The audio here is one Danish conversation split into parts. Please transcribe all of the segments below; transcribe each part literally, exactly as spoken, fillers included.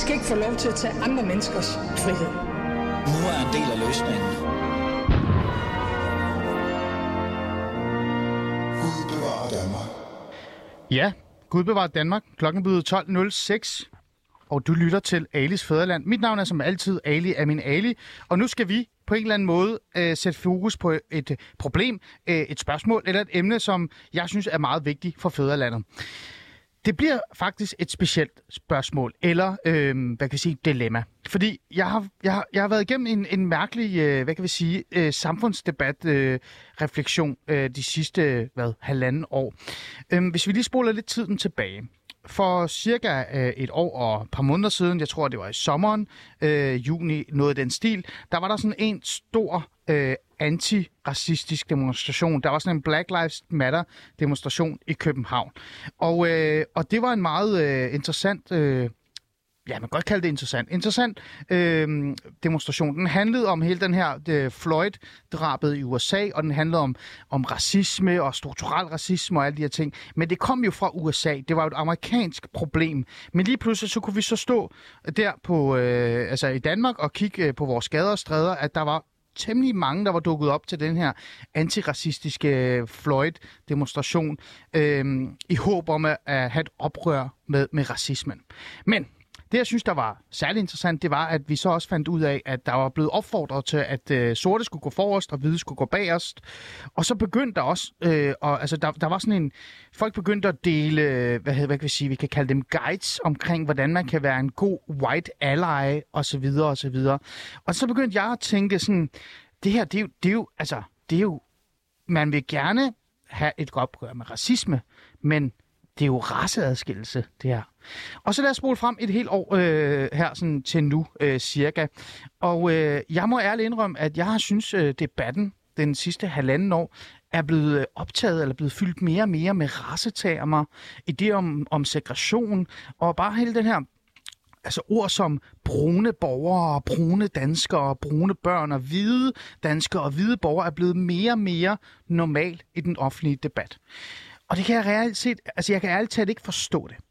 skal ikke få lov til at tage andre menneskers frihed. Nu er en del af løsningen. Gud bevarer Danmark. Ja, Gud bevarer Danmark. Klokken byder tolv nul seks, og du lytter til Alis Fædreland. Mit navn er som altid Ali Amin Ali, og nu skal vi på en eller anden måde øh, sætte fokus på et problem, øh, et spørgsmål eller et emne, som jeg synes er meget vigtigt for fædrelandet. Det bliver faktisk et specielt spørgsmål, eller øh, hvad kan vi sige, dilemma. Fordi jeg har, jeg har, jeg har været igennem en, en mærkelig, øh, hvad kan vi sige, øh, samfundsdebat, øh, refleksion øh, de sidste, hvad, halvanden år. Øh, hvis vi lige spoler lidt tiden tilbage. For cirka øh, et år og et par måneder siden, jeg tror det var i sommeren, øh, juni, noget af den stil, der var der sådan en stor øh, antiracistisk demonstration. Der var sådan en Black Lives Matter demonstration i København. Og, øh, og det var en meget øh, interessant, øh, ja man kan godt kalde det interessant, interessant øh, demonstration. Den handlede om hele den her øh, Floyd-drabet i U S A, og den handlede om, om racisme og strukturel racisme og alle de her ting. Men det kom jo fra U S A. Det var jo et amerikansk problem. Men lige pludselig så kunne vi så stå der på, øh, altså i Danmark og kigge øh, på vores gader og stræder, at der var temmelig mange, der var dukket op til den her antiracistiske Floyd-demonstration øh, i håb om at, at have et oprør med, med racismen. Men det, jeg synes, der var særlig interessant, det var, at vi så også fandt ud af, at der var blevet opfordret til, at øh, sorte skulle gå forrest, og hvide skulle gå bagerst. Og så begyndte der også, øh, og, altså der, der var sådan en, folk begyndte at dele, hvad, hvad kan vi sige, vi kan kalde dem guides, omkring, hvordan man kan være en god white ally, og så videre, og så videre. Og så begyndte jeg at tænke sådan, det her, det er jo, det er jo, altså, det er jo, man vil gerne have et opgør med racisme, men det er jo raceadskillelse, det her. Og så lad os spole frem et helt år øh, her sådan til nu, øh, cirka. Og øh, jeg må ærligt indrømme, at jeg har synes, øh, debatten den sidste halvanden år er blevet optaget eller blevet fyldt mere og mere med racetermer, idéer om, om segregation, og bare hele den her altså ord som brune borgere, brune danskere, brune børn og hvide danskere og hvide borgere er blevet mere og mere normal i den offentlige debat. Og det kan jeg reelt set, altså jeg kan ærligt talt ikke forstå det.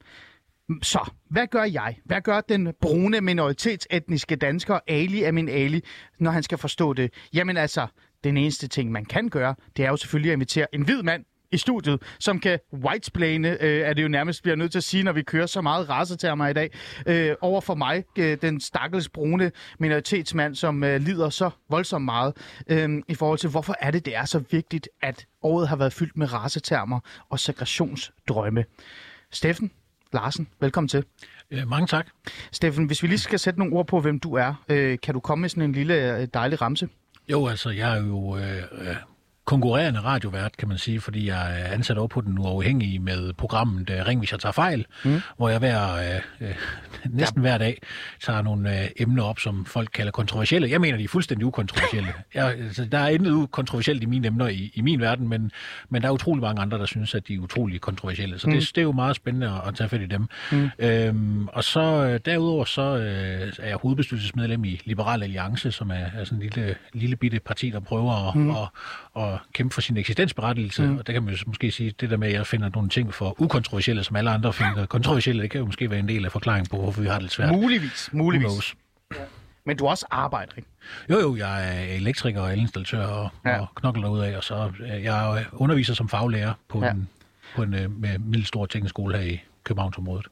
Så, hvad gør jeg? Hvad gør den brune minoritetsetniske dansker Ali Amin Ali, når han skal forstå det? Jamen altså, den eneste ting, man kan gøre, det er jo selvfølgelig at invitere en hvid mand i studiet, som kan whitesplane, øh, er det jo nærmest bliver nødt til at sige, når vi kører så meget racetermer i dag, øh, over for mig, øh, den stakkels brune minoritetsmand, som øh, lider så voldsomt meget, øh, i forhold til, hvorfor er det, det er så vigtigt, at året har været fyldt med racetermer og segregationsdrømme. Steffen Larsen, velkommen til. Øh, mange tak. Steffen, hvis vi lige skal sætte nogle ord på, hvem du er, øh, kan du komme med sådan en lille dejlig ramse? Jo, altså, jeg er jo øh, øh, konkurrerende radiovært, kan man sige, fordi jeg er ansat over på Den Uafhængige med programmet øh, Ring, hvis jeg tager fejl, mm. hvor jeg hver, øh, øh, næsten ja. hver dag tager nogle øh, emner op, som folk kalder kontroversielle. Jeg mener, de er fuldstændig ukontroversielle. Jeg, altså, der er intet ukontroversielt i mine emner i, i min verden, men, men der er utrolig mange andre, der synes, at de er utrolig kontroversielle. Så mm. det, det er jo meget spændende at, at tage fat i dem. Mm. Øhm, og så øh, derudover så øh, er jeg hovedbestyrelsesmedlem i Liberal Alliance, som er, er sådan en lille, lille bitte parti, der prøver at, mm. at, at kæmpe for sin eksistensberettigelse, mm. og der kan man jo måske sige, det der med, at jeg finder nogle ting for ukontroversielle, som alle andre finder kontroversielle, det kan jo måske være en del af forklaringen på, hvorfor vi har det lidt svært. Muligvis, muligvis. Ja. Men du også arbejder, ikke? Jo, jo, jeg er elektriker og elinstallatør og, ja. og knokler derudad, og så jeg underviser som faglærer på ja. en, på en med middelstor teknisk skole her i Københavnsområdet.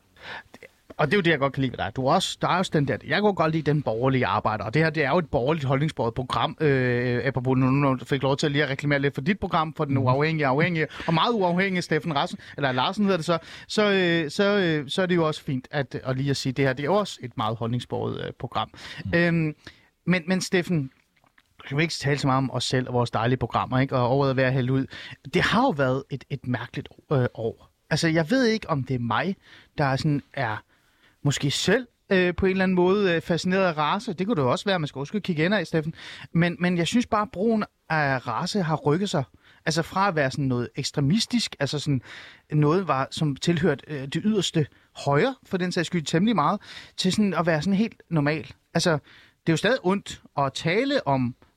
Og det er jo det, jeg godt kan lide ved dig. Du er også, der er også den der, jeg kan godt lide den borgerlige arbejder, og det her, det er jo et borgerligt holdningsbordet program, øh, apropos nu, når du fik lov til at lige at reklamere lidt for dit program, for den uafhængige, afhængige, og meget uafhængige Steffen Larsen, eller Larsen hedder det så, så, øh, så, øh, så er det jo også fint at, at lige at sige, det her, det er også et meget holdningsbordet øh, program. Mm. Øhm, men, men Steffen, kan vi ikke tale så meget om os selv og vores dejlige programmer, ikke? Og året er ved at hælde ud. Det har jo været et, et mærkeligt øh, år. Altså, jeg ved ikke, om det er mig, der sådan er måske selv øh, på en eller anden måde øh, fascineret af race. Det kunne det jo også være, man skal også kigge ind af, Steffen. Men, men jeg synes bare, at brugen af race har rykket sig. Altså fra at være sådan noget ekstremistisk, altså sådan noget, var, som tilhørte øh, det yderste højre, for den sags skyld temmelig meget, til sådan at være sådan helt normal. Altså, det er jo stadig ondt at tale om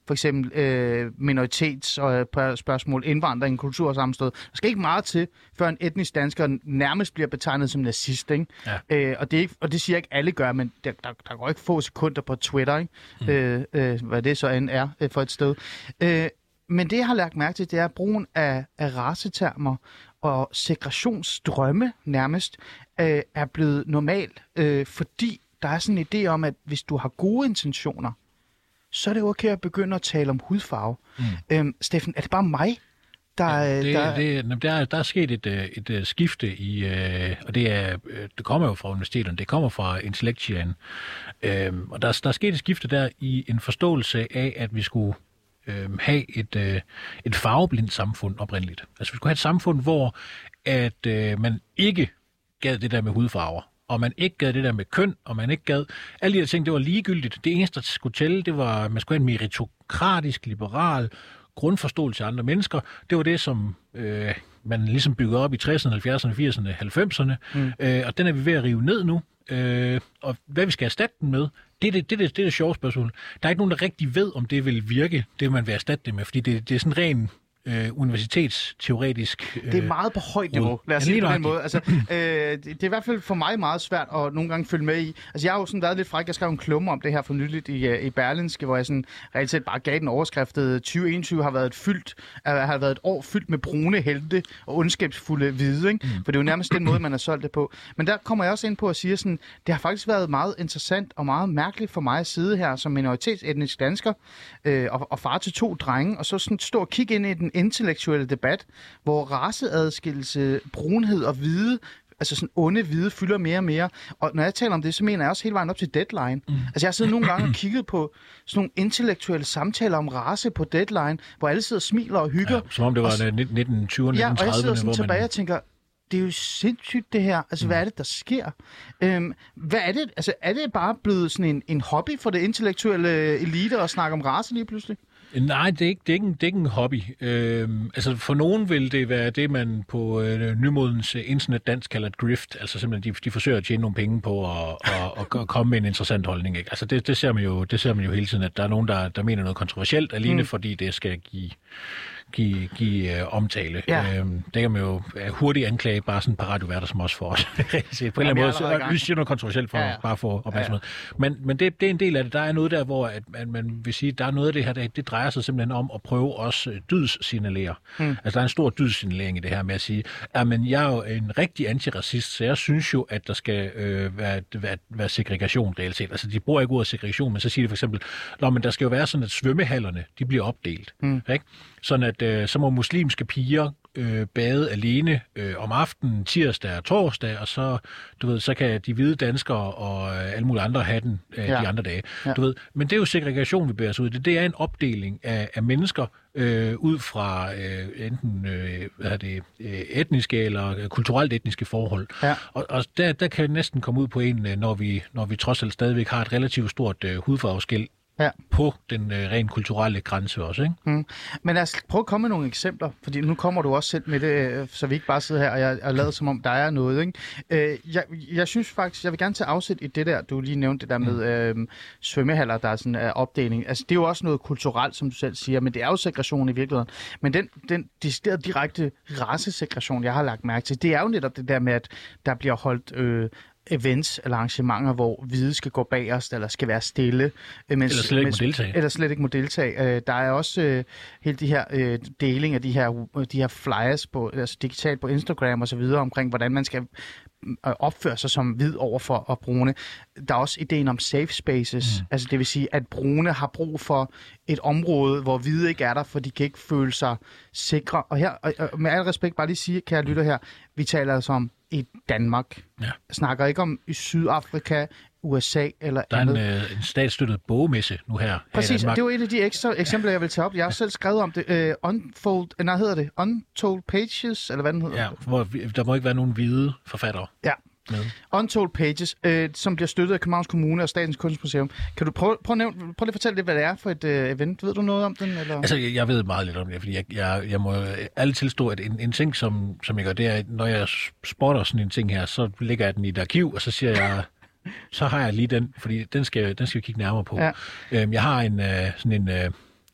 for eksempel øh, minoritetsspørgsmål, indvandring, kultur og sammenstød. Der skal ikke meget til, før en etnisk dansker nærmest bliver betegnet som nazist, ikke? Ja. Øh, og, det er ikke, og det siger jeg ikke alle gør, men der, der, der går ikke få sekunder på Twitter, ikke? Mm. Øh, øh, hvad det så end er øh, for et sted. Øh, men det, jeg har lagt mærke til, det er brugen af, af racetermer og segregationsdrømme nærmest øh, er blevet normal, øh, fordi der er sådan en idé om, at hvis du har gode intentioner, så er det okay at begynde at tale om hudfarve. Mm. Øhm, Steffen, er det bare mig, der... Ja, det, der... Det, der, der er sket et, et, et skifte i, øh, og det, er, det kommer jo fra universiteterne, det kommer fra Intellectian, øhm, og der, der er sket et skifte der i en forståelse af, at vi skulle øh, have et, øh, et farveblindt samfund oprindeligt. Altså vi skulle have et samfund, hvor at øh, man ikke gad det der med hudfarver, og man ikke gad det der med køn, og man ikke gad... Alle de her ting, det var ligegyldigt. Det eneste, der skulle tælle, det var, at man skulle have en meritokratisk, liberal grundforståelse af andre mennesker. Det var det, som øh, man ligesom byggede op i tresserne, halvfjerdserne, firserne, halvfemserne. Mm. Øh, og den er vi ved at rive ned nu. Øh, og hvad vi skal erstatte den med, det er det, det, det, det er det sjove spørgsmål. Der er ikke nogen, der rigtig ved, om det vil virke, det man vil erstatte det med, fordi det, det er sådan ren... Øh, universitetsteoretisk... Øh, det er meget på højt niveau, lad os sige på den måde. Altså, øh, det, det er i hvert fald for mig meget svært at nogle gange følge med i. Altså, jeg har jo sådan været lidt fræk, jeg skrev en klumme om det her for nyligt i, i Berlingske, hvor jeg sådan reelt set bare gav den overskriftet tyve enogtyve har været et fyldt, har været et år fyldt med brune helte og ondskabsfulde hvide, ikke? Mm. For det er jo nærmest den måde, man har solgt det på. Men der kommer jeg også ind på at sige sådan, det har faktisk været meget interessant og meget mærkeligt for mig at sidde her som minoritetsetnisk dansker øh, og, og far til to drenge, og så sådan stå og kigge ind i den intellektuelle debat, hvor raceadskillelse, brunhed og hvide, altså sådan onde hvide, fylder mere og mere. Og når jeg taler om det, så mener jeg også hele vejen op til Deadline. Mm. Altså jeg har siddet nogle gange og kigget på sådan nogle intellektuelle samtaler om race på Deadline, hvor alle sidder og smiler og hygger. Ja, som om det var og, nitten tyverne, ja, nitten trediverne. Ja, og jeg sidder sådan tilbage man... og tænker, det er jo sindssygt det her. Altså, mm. hvad er det, der sker? Øhm, hvad er det? Altså, er det bare blevet sådan en, en hobby for det intellektuelle elite at snakke om race lige pludselig? Nej, det er ikke, det er ikke, en, det er ikke en hobby. Øhm, altså for nogen vil det være det, man på øh, nymodens internetdansk kalder et grift. Altså simpelthen, de, de forsøger at tjene nogle penge på at, at, at komme med en interessant holdning. Ikke? Altså det, det, ser man jo, det ser man jo hele tiden, at der er nogen, der, der mener noget kontroversielt, alene mm. fordi det skal give... give, give uh, omtale. Ja. Øhm, det kan man jo uh, hurtigt anklage bare sådan et par radioværter som også for os. På en eller anden måde, så vi siger noget kontroversielt for ja, ja. bare for opmærksomhed. Ja, ja. Men, men det, det er en del af det. Der er noget der, hvor at, at man vil sige, der er noget af det her, der, det drejer sig simpelthen om at prøve også dydssignalere. Hmm. Altså der er en stor dydssignalering i det her med at sige, at men jeg er jo en rigtig antiracist, så jeg synes jo, at der skal øh, være, være, være segregation reelt set. Altså de bruger ikke ordet segregation, men så siger de for eksempel, Nå, men der skal jo være sådan, at svømmehallerne, de bliver opdelt. Hmm. Ikke? Sådan at øh, så må muslimske piger øh, bade alene øh, om aftenen, tirsdag og torsdag, og så, du ved, så kan de hvide danskere og øh, alle mulige andre have den øh, ja. de andre dage. Ja. Du ved, men det er jo segregation, vi bærer os ud. Det, det er en opdeling af, af mennesker øh, ud fra øh, enten øh, hvad er det, øh, etniske eller kulturelt etniske forhold. Ja. Og, og der, der kan næsten komme ud på en, når vi, når vi trods alt stadigvæk har et relativt stort øh, hudfarveskel ja. på den øh, rent kulturelle grænse også, ikke? Mm. Men lad os prøve at komme med nogle eksempler, fordi nu kommer du også selv med det, øh, så vi ikke bare sidder her og jeg er lavet som om der er noget, ikke? Øh, jeg, jeg synes faktisk, jeg vil gerne tage afsæt i det der, du lige nævnte det der med øh, svømmehaller, der er sådan en øh, opdeling. Altså det er jo også noget kulturelt, som du selv siger, men det er jo segregation i virkeligheden. Men den, den decideret direkte racesegregation, jeg har lagt mærke til, det er jo netop det der med, at der bliver holdt øh, events eller arrangementer, hvor hvide skal gå bagerst, eller skal være stille. Mens, eller slet ikke mens, må deltage. Eller slet ikke må deltage. Øh, der er også øh, hele de her øh, deling af de her, de her flyers på, altså digitalt på Instagram og så videre, omkring hvordan man skal opføre sig som hvid over for at brune. Der er også ideen om safe spaces, mm. altså det vil sige, at brune har brug for et område, hvor hvide ikke er der, for de kan ikke føle sig sikre. Og her, og med al respekt, bare lige sige, kære lytter her, vi taler altså om i Danmark. Ja. Jeg snakker ikke om i Sydafrika, U S A eller der er andet. en, øh, en statsstøttet bogmesse nu her. Præcis, her det er jo et af de ekstra eksempler, jeg vil tage op. Jeg har selv skrevet om det. Uh, unfold, nej, hedder det? Untold Pages, eller hvad den hedder? Ja, hvor der må ikke være nogen hvide forfattere. Ja. Med. Untold Pages, øh, som bliver støttet af Københavns Kommune og Statens Kunstmuseum. Kan du prøve, prøve, nævne, prøve at fortælle lidt, hvad det er for et øh, event? Ved du noget om den? Eller? Altså, jeg, jeg ved meget lidt om det, fordi jeg, jeg, jeg må alle tilstå, at en, en ting, som, som jeg gør, det er, når jeg spotter sådan en ting her, så lægger jeg den i et arkiv, og så siger jeg, så har jeg lige den, fordi den skal, den skal vi kigge nærmere på. Ja. Øhm, jeg har en, øh, sådan en, øh,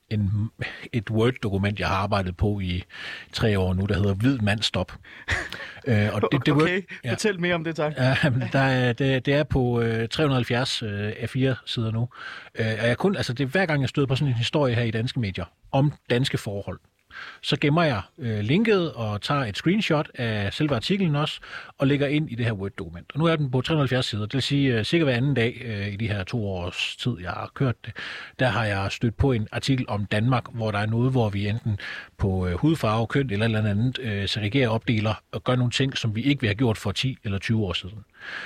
en, et Word-dokument, jeg har arbejdet på i tre år nu, der hedder Hvid Mand Stop. øh, og det, det okay, Word, ja. Fortæl mere om det, tak. Ja, der er, det, det er på øh, tre hundrede og halvfjerds øh, A fire sider nu. Øh, og jeg kun, altså det er hver gang, jeg støder på sådan en historie her i danske medier om danske forhold, så gemmer jeg øh, linket og tager et screenshot af selve artiklen også, og lægger ind i det her Word-dokument. Og nu er den på tre hundrede og halvfjerds sider, det vil sige øh, cirka hver anden dag øh, i de her to års tid, jeg har kørt det, der har jeg stødt på en artikel om Danmark, hvor der er noget, hvor vi enten på øh, hudfarve, køn eller eller andet øh, segregerer, opdeler og gør nogle ting, som vi ikke ville have gjort for ti eller tyve år siden.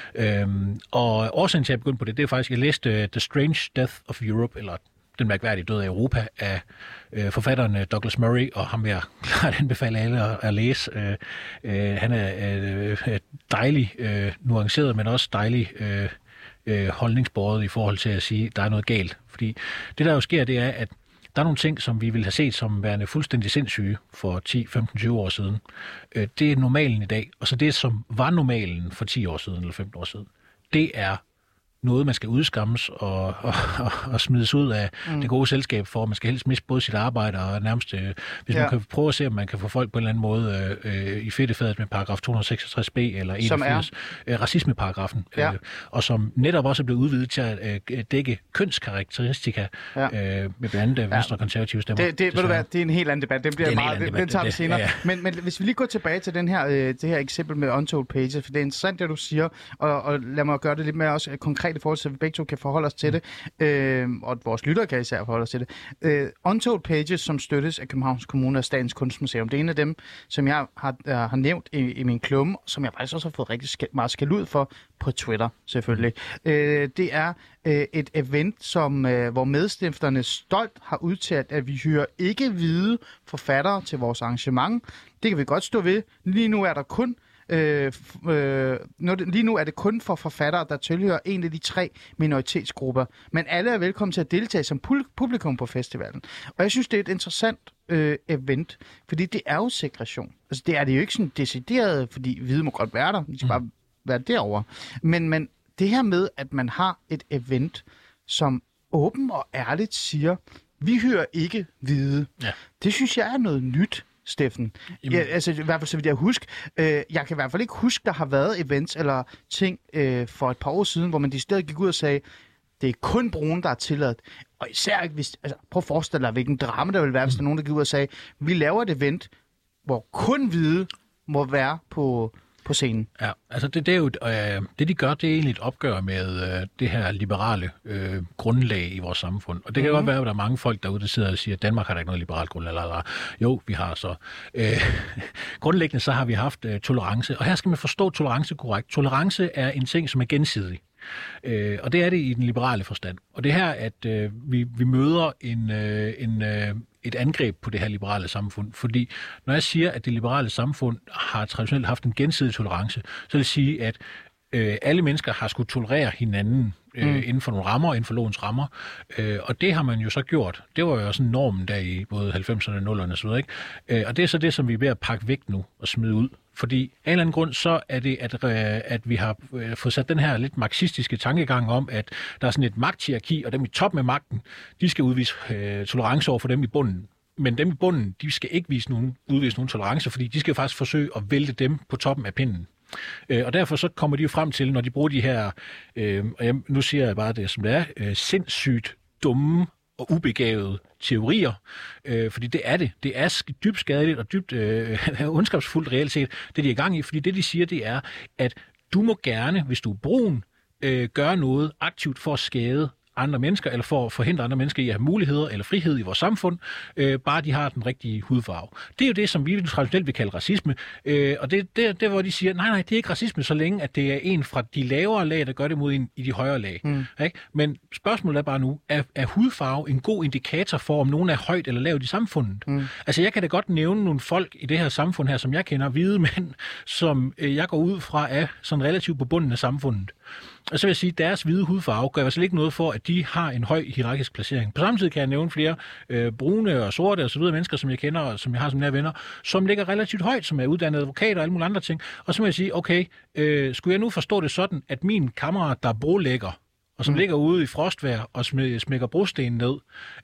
Øhm, og årsagen til at jeg begyndte på det, det er faktisk, at jeg læste uh, The Strange Death of Europe, eller Den mærkværdige død af Europa, af øh, forfatteren øh, Douglas Murray, og ham vil jeg klart anbefale alle at, at læse. Øh, øh, han er øh, dejlig øh, nuanceret, men også dejlig øh, øh, holdningsbåret i forhold til at sige, at der er noget galt. Fordi det, der jo sker, det er, at der er nogle ting, som vi ville have set som værende fuldstændig sindssyge for ti, femten, tyve år siden. Øh, det er normalen i dag, og så det, som var normalen for ti år siden eller femten år siden, det er noget, man skal udskammes og, og, og, og smides ud af mm. det gode selskab for. Man skal helst miste både sit arbejde og nærmest, øh, hvis ja. man kan prøve at se, om man kan få folk på en eller anden måde øh, i fedtefadet med paragraf to hundrede og seksogtres B eller enogfirs, øh, racismeparagrafen, ja. øh, og som netop også er blevet udvidet til at øh, dække kønskarakteristika ja. øh, med blandt andet venstre og konservative stemmer. Det, det, ved du hvad, det er en helt anden debat. Den, bliver meget, den, den tager vi senere. Ja, ja. Men, men hvis vi lige går tilbage til den her, øh, det her eksempel med Untold Pages, for det er interessant, det du siger, og, og lad mig gøre det lidt mere også konkret i forhold til, at vi begge to kan forholde os til det, øh, og vores lyttere kan især forholde os til det. Øh, Untold Pages, som støttes af Københavns Kommune og Statens Kunstmuseum, det er en af dem, som jeg har, uh, har nævnt i, i min klumme, som jeg faktisk også har fået rigtig skal, meget skæld ud for på Twitter, selvfølgelig. Øh, det er øh, et event, som, øh, hvor medstifterne stolt har udtalt, at vi hyrer ikke hvide forfattere til vores arrangement. Det kan vi godt stå ved. Lige nu er der kun Øh, øh, lige nu er det kun for forfattere, der tilhører en af de tre minoritetsgrupper. Men alle er velkommen til at deltage som publikum på festivalen. Og jeg synes, det er et interessant øh, event, fordi det er jo segregation. Altså, det er det jo ikke sådan decideret, fordi hvide må godt være der. De skal mm. bare være derovre. Men, men det her med, at man har et event, som åben og ærligt siger, vi hører ikke hvide. Ja. Det synes jeg er noget nyt. Steffen. Ja, altså, i hvert fald så vidt jeg huske. Øh, jeg kan i hvert fald ikke huske, der har været events eller ting øh, for et par år siden, hvor man decideret gik ud og sagde, det er kun brune, der er tilladt. Og især ikke, hvis... Altså, prøv at forestille dig, hvilken drama der ville være, hvis der er nogen, der gik ud og sagde, vi laver et event, hvor kun hvide må være på... på scenen. Ja, altså det, det er jo øh, det de gør, det er egentlig et opgør med øh, det her liberale øh, grundlag i vores samfund. Og det kan mm-hmm. godt være, at der er mange folk derude, der sidder og siger, at Danmark har da ikke noget liberalt grundlag. Eller, eller. Jo, vi har så. Øh, grundlæggende så har vi haft øh, tolerance, og her skal man forstå tolerance korrekt. Tolerance er en ting, som er gensidig. Øh, og det er det i den liberale forstand. Og det her, at øh, vi, vi møder en, øh, en, øh, et angreb på det her liberale samfund. Fordi når jeg siger, at det liberale samfund har traditionelt haft en gensidig tolerance, så vil det sige, at øh, alle mennesker har skulle tolerere hinanden øh, mm. inden for nogle rammer, inden for lovens rammer. Øh, og det har man jo så gjort. Det var jo sådan normen der i både halvfemserne og nullerne og så videre, ikke? Øh, og det er så det, som vi er ved at pakke væk nu og smide ud. Fordi af en eller anden grund, så er det, at, at vi har fået sat den her lidt marxistiske tankegang om, at der er sådan et magthierarki, og dem i top med magten, de skal udvise øh, tolerance over for dem i bunden. Men dem i bunden, de skal ikke vise nogen, udvise nogen tolerance, fordi de skal faktisk forsøge at vælte dem på toppen af pinden. Øh, og derfor så kommer de jo frem til, når de bruger de her, øh, og jeg, nu siger jeg bare det, som det er, øh, sindssygt dumme og ubegavede teorier, øh, fordi det er det. Det er dybt skadeligt og dybt øh, ondskabsfuldt reelt set, det de er i gang i, fordi det de siger, det er, at du må gerne, hvis du er brun, øh, gøre noget aktivt for at skade andre mennesker, eller for at forhindre andre mennesker i at have muligheder eller frihed i vores samfund, øh, bare de har den rigtige hudfarve. Det er jo det, som vi traditionelt vil kalde racisme, øh, og det er der, hvor de siger, nej, nej, det er ikke racisme, så længe, at det er en fra de lavere lag, der gør det mod en i de højere lag. Mm. Ikke? Men spørgsmålet er bare nu, er, er hudfarve en god indikator for, om nogen er højt eller lavt i samfundet? Mm. Altså, jeg kan da godt nævne nogle folk i det her samfund her, som jeg kender, hvide mænd, som øh, jeg går ud fra er sådan relativt på bunden af samfundet. Og så vil jeg sige, at deres hvide hudfarve gør i hvert fald ikke noget for, at de har en høj hierarkisk placering. På samme tid kan jeg nævne flere øh, brune og sorte og så videre mennesker, som jeg kender og som jeg har som nære venner, som ligger relativt højt, som er uddannede advokater og alle mulige andre ting. Og så må jeg sige, okay, øh, skulle jeg nu forstå det sådan, at min kammerat, der er brolægger, og som Mm. ligger ude i frostvejr og sm- smækker brosten ned,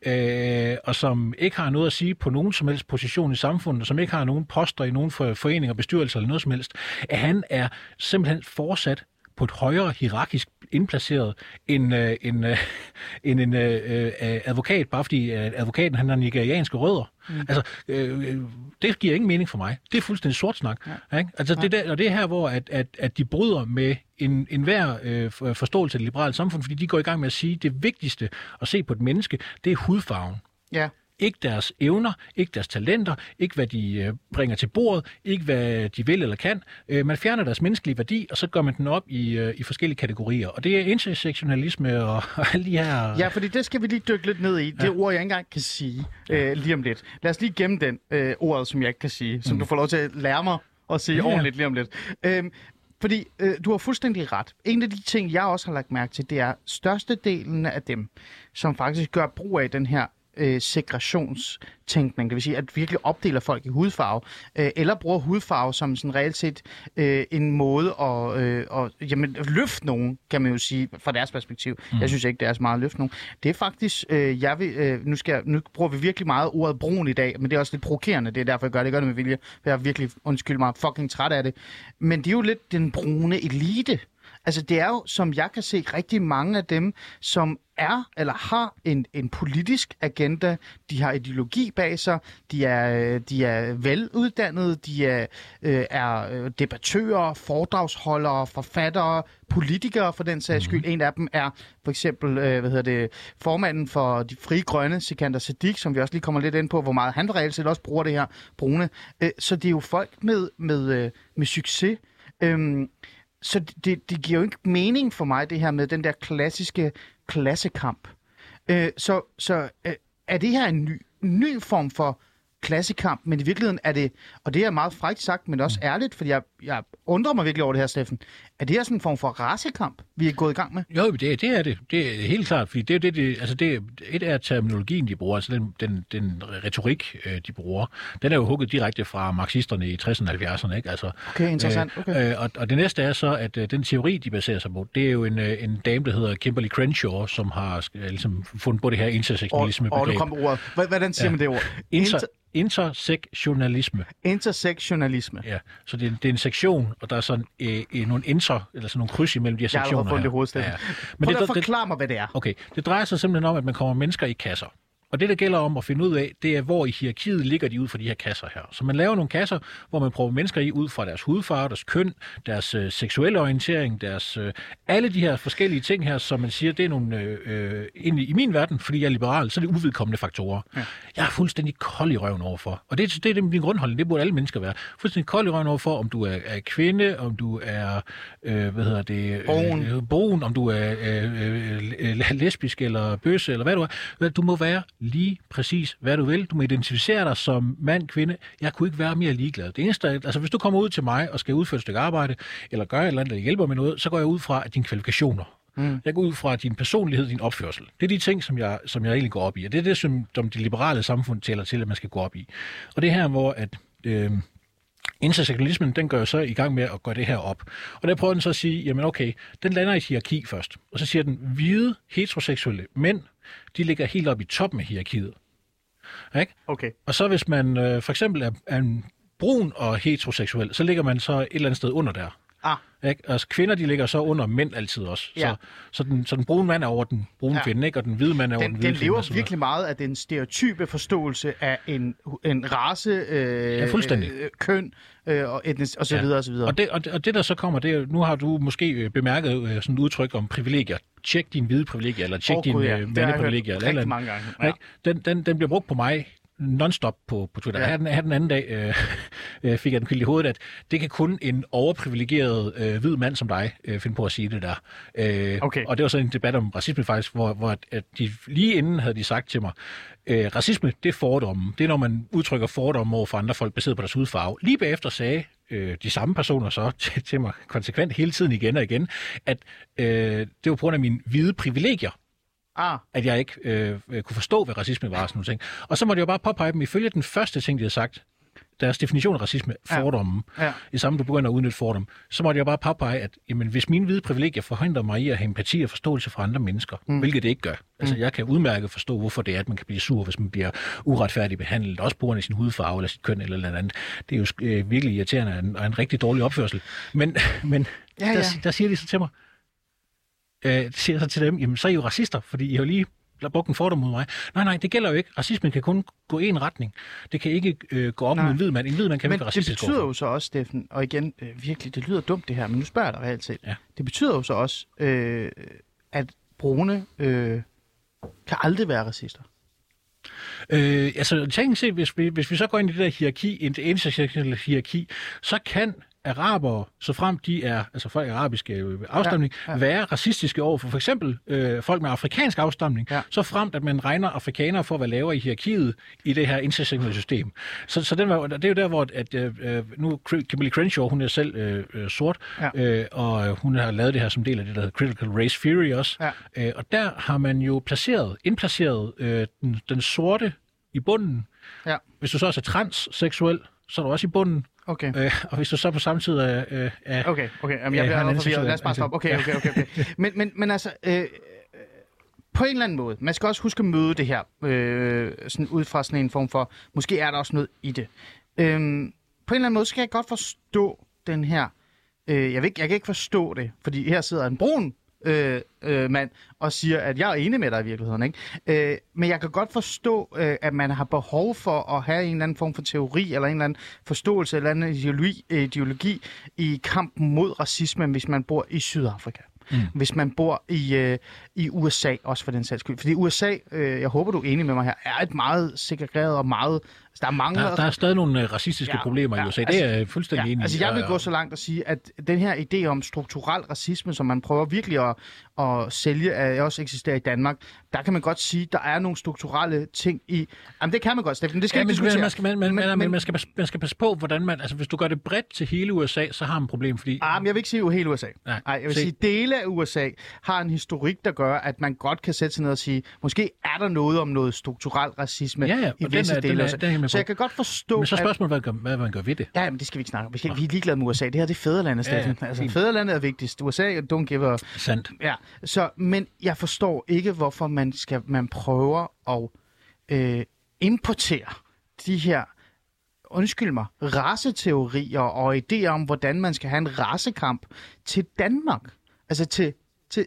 øh, og som ikke har noget at sige på nogen som helst position i samfundet, og som ikke har nogen poster i nogen for- foreninger, bestyrelser eller noget som helst, at han er simpelthen fortsat på et højere hierarkisk indplaceret end øh, en, øh, en, en øh, advokat, bare fordi øh, advokaten han har nigerianske rødder. Mm. Altså, øh, det giver ingen mening for mig. Det er fuldstændig sort snak. Ja. Ikke? Altså, ja. det der, og det er her, hvor at, at, at de bryder med en, en hver øh, forståelse af det liberale samfund, fordi de går i gang med at sige, at det vigtigste at se på et menneske, det er hudfarven. Ja. Ikke deres evner, ikke deres talenter, ikke hvad de øh, bringer til bordet, ikke hvad de vil eller kan. Øh, man fjerner deres menneskelige værdi, og så gør man den op i, øh, i forskellige kategorier. Og det er intersektionalisme og, og alle de her... Ja, fordi det skal vi lige dykke lidt ned i. Det Ja. ord, jeg ikke engang kan sige øh, lige om lidt. Lad os lige gemme den øh, ordet, som jeg ikke kan sige, som Mm. du får lov til at lære mig at sige Ja. ordentligt lige om lidt. Øhm, fordi øh, du har fuldstændig ret. En af de ting, jeg også har lagt mærke til, det er størstedelen af dem, som faktisk gør brug af den her øh, segregationstænkning, det vil sige, at virkelig opdeler folk i hudfarve, øh, eller bruger hudfarve som sådan reelt set øh, en måde at, øh, at jamen, løfte nogen, kan man jo sige, fra deres perspektiv. Mm. Jeg synes ikke, det er så meget at løfte nogen. Det er faktisk, øh, jeg vil, øh, nu, skal jeg, nu bruger vi virkelig meget ordet brun i dag, men det er også lidt provokerende, det er derfor, jeg gør det, jeg gør det med vilje, for jeg er virkelig, undskyld mig, fucking træt af det. Men det er jo lidt den brune elite. Altså, det er jo, som jeg kan se, rigtig mange af dem, som er eller har en, en politisk agenda, de har ideologi bag sig, de er, de er veluddannede, de er, øh, er debattører, foredragsholdere, forfattere, politikere for den sags skyld. En af dem er for eksempel øh, hvad hedder det, formanden for de Frie Grønne, Sikander Siddique, som vi også lige kommer lidt ind på, hvor meget han reelt set også bruger det her brune. Øh, så det er jo folk med, med, øh, med succes. Øhm, Så det, det giver jo ikke mening for mig, det her med den der klassiske klassekamp. Øh, så så øh, er det her en ny, ny form for klassekamp, men i virkeligheden er det, og det er meget frækt sagt, men også ærligt, fordi jeg, jeg undrer mig virkelig over det her, Steffen. Er det her sådan en form for racekamp, vi er gået i gang med? Jo, det, det er det. Det er helt klart, fordi det er det, det altså det, et er terminologien, de bruger, altså den, den, den retorik, de bruger, den er jo hugget direkte fra marxisterne i tresserne og halvfjerdserne, ikke? Altså, Okay, interessant. Okay. Øh, og, og det næste er så, at øh, den teori, de baserer sig på, det er jo en, øh, en dame, der hedder Kimberly Crenshaw, som har øh, ligesom fundet på det her intersektionalisme Og, og du kom på ordet. Hvordan siger ja. man det ord? Inter, intersektionalisme. Intersektionalisme. Ja, så det er, det er en sektion, og der er sådan øh, øh, nogle inter, eller sådan nogle kryds imellem de her Jeg har sektioner. allerede fundet det her. hovedstændigt. Ja. Men Prøv det, at forklare mig, hvad det er. Okay, det drejer sig simpelthen om, at man kommer mennesker i kasser. Og det, der gælder om at finde ud af, det er, hvor i hierarkiet ligger de ud fra de her kasser her. Så man laver nogle kasser, hvor man prøver mennesker i ud fra deres hudfarve, deres køn, deres øh, seksuelle orientering, deres øh, alle de her forskellige ting her, som man siger, det er nogle, øh, ind i, i min verden, fordi jeg er liberal, så er det uvedkommende faktorer. Ja. Jeg er fuldstændig kold i røven overfor. Og det, det er min grundholdning, det burde alle mennesker være. Fuldstændig kold i røven overfor, om du er, er kvinde, om du er, øh, hvad hedder det, brun. Øh, brun, om du er øh, øh, lesbisk eller bøsse, eller hvad du er. Du må være lige præcis, hvad du vil. Du må identificere dig som mand, kvinde. Jeg kunne ikke være mere ligeglad. Det eneste, altså hvis du kommer ud til mig og skal udføre et stykke arbejde, eller gøre et eller andet, der hjælper med noget, så går jeg ud fra at dine kvalifikationer. Mm. Jeg går ud fra din personlighed, din opførsel. Det er de ting, som jeg, som jeg egentlig går op i. Og det er det, som, som de liberale samfund tæller til, at man skal gå op i. Og det her, hvor at øh, intersektionalismen, den gør jo så i gang med at gøre det her op. Og der prøver den så at sige, jamen okay, den lander i et hierarki først. Og så siger den, hvide, heteroseksuelle mænd, de ligger helt oppe i toppen af hierarkiet. Ikke? Okay. Og så hvis man øh, for eksempel er, er en brun og heteroseksuel, så ligger man så et eller andet sted under der. Ah. Ikke? Altså kvinder, de ligger så under mænd altid også. Ja. Så, så, den, så den brune mand er over den brune Ja. kvinde, ikke? Og den hvide mand er over den, Den, hvide den lever kvinde. og så videre. virkelig meget af den stereotype forståelse af en, en race, øh, Ja, fuldstændig. øh, køn øh, og etnisk og så Ja. videre og så videre. Og det, og, det, og det der så kommer, det er, nu har du måske bemærket øh, sådan et udtryk om privilegier. Tjek dine hvide privilegier, eller tjek Åh, dine Gud, ja. øh, Det har jeg hørt mandeprivilegier. Eller rigtig eller mange gange. Ja. Ja. Den, den, den bliver brugt på mig non-stop på, på Twitter. Ja. Her, den, her den anden dag øh, øh, fik jeg den kildt i hovedet, at det kan kun en overprivilegeret øh, hvid mand som dig øh, finde på at sige det der. Øh, Okay. Og det var så en debat om racisme faktisk, hvor, hvor at, at de lige inden havde de sagt til mig, øh, racisme, det er fordomme. Det er, når man udtrykker fordomme over for andre folk baseret på deres hudfarve. Lige bagefter sagde øh, de samme personer så til, til mig konsekvent hele tiden igen og igen, at øh, det var på grund af mine hvide privilegier, Ah. at jeg ikke øh, kunne forstå, hvad racisme var og sådan nogle ting. Og så måtte jeg jo bare påpege dem, ifølge den første ting, de havde sagt, deres definition af racisme, fordomme, Ja. Ja. i samme du begynder at udnytte fordomme, så måtte jeg bare påpege, at jamen, hvis mine hvide privilegier forhindrer mig i at have empati og forståelse for andre mennesker, mm. hvilket det ikke gør. Altså, jeg kan udmærket forstå, hvorfor det er, at man kan blive sur, hvis man bliver uretfærdigt behandlet, også på grund af sin hudfarve eller sit køn eller noget andet. Det er jo øh, virkelig irriterende og en, og en rigtig dårlig opførsel. Men, men ja, ja. Der, der siger de så til mig, øh, siger så til dem, jamen så er I jo racister, fordi I har lige brugt en fordom mod mig. Nej, nej, det gælder jo ikke. Racismen kan kun gå i en retning. Det kan ikke øh, gå op mod en hvid mand. En hvid mand kan ikke være racistisk. Men det betyder jo så også, Steffen, og igen, øh, virkelig, det lyder dumt det her, men nu spørger jeg dig reelt set. Ja. Det betyder jo så også, øh, at brune øh, kan aldrig være racister. Øh, altså, tænk se, hvis vi, hvis vi så går ind i det der hierarki, en intersektionelle hierarki, så kan arabere, så frem de er, altså folk af arabiske afstamning, ja, ja. være racistiske over for for eksempel øh, folk med afrikansk afstamning, ja. så fremt at man regner afrikanere for at være lavere i hierarkiet i det her intersektionelle system. Så, så den var, det er jo der, hvor at, øh, nu Kimberly Crenshaw, hun er selv øh, sort, ja. øh, og hun har lavet det her som del af det, der hedder Critical Race Theory også, ja. øh, og der har man jo placeret, indplaceret øh, den, den sorte i bunden. Ja. Hvis du så også er transseksuel, så er du også i bunden. Okay. Øh, og hvis du så på samme tid er... Øh, er okay, okay. Jamen, jeg bliver allerede forvirret. Lad os bare stoppe. Okay, okay, okay. okay. men, men, men altså, øh, på en eller anden måde, man skal også huske at møde det her, øh, sådan ud fra sådan en form for, måske er der også noget i det. Øh, på en eller anden måde skal jeg godt forstå den her, øh, jeg, vil ikke, jeg kan ikke forstå det, fordi her sidder en brun øh, øh, mand og siger, at jeg er enig med dig i virkeligheden, ikke? Øh, men jeg kan godt forstå, øh, at man har behov for at have en eller anden form for teori, eller en eller anden forståelse, eller en eller anden ideologi, ideologi i kampen mod racisme, hvis man bor i Sydafrika. Mm. Hvis man bor i, øh, i U S A, også for den sags skyld. Fordi U S A, øh, jeg håber, du er enig med mig her, er et meget segregeret og meget... Altså, der, er mange, der, der er stadig nogle racistiske ja, problemer i U S A, ja, det er jeg fuldstændig ja, enig i. Altså, jeg vil gå så langt at sige, at den her idé om strukturel racisme, som man prøver virkelig at, at sælge, at også eksisterer i Danmark, der kan man godt sige, at der er nogle strukturelle ting i... Jamen, det kan man godt, Steffen, det skal ja, ikke diskutere. Man skal, man, man, men, men, man, skal passe, man skal passe på, hvordan man... Altså, hvis du gør det bredt til hele U S A, så har man et problem, fordi... Ah, men jeg vil ikke sige jo hele U S A. Nej, Nej jeg vil se. sige, dele af U S A har en historik, der gør, at man godt kan sætte sig ned og sige, måske er der noget om noget strukturel racisme ja, ja, i visse dele af U S A. Så jeg kan godt forstå... Men så spørgsmålet, hvad, hvad man gør ved det? Ja, men det skal vi ikke snakke om. Vi, skal, vi er ligeglade med U S A. Det her, det er fædrelandet, Steffen. Ja, ja, altså, fædrelandet er vigtigst. U S A, don't give a... Sandt. Ja, så, men jeg forstår ikke, hvorfor man skal man prøver at øh, importere de her, undskyld mig, raceteorier og idéer om, hvordan man skal have en racekamp til Danmark. Altså til... til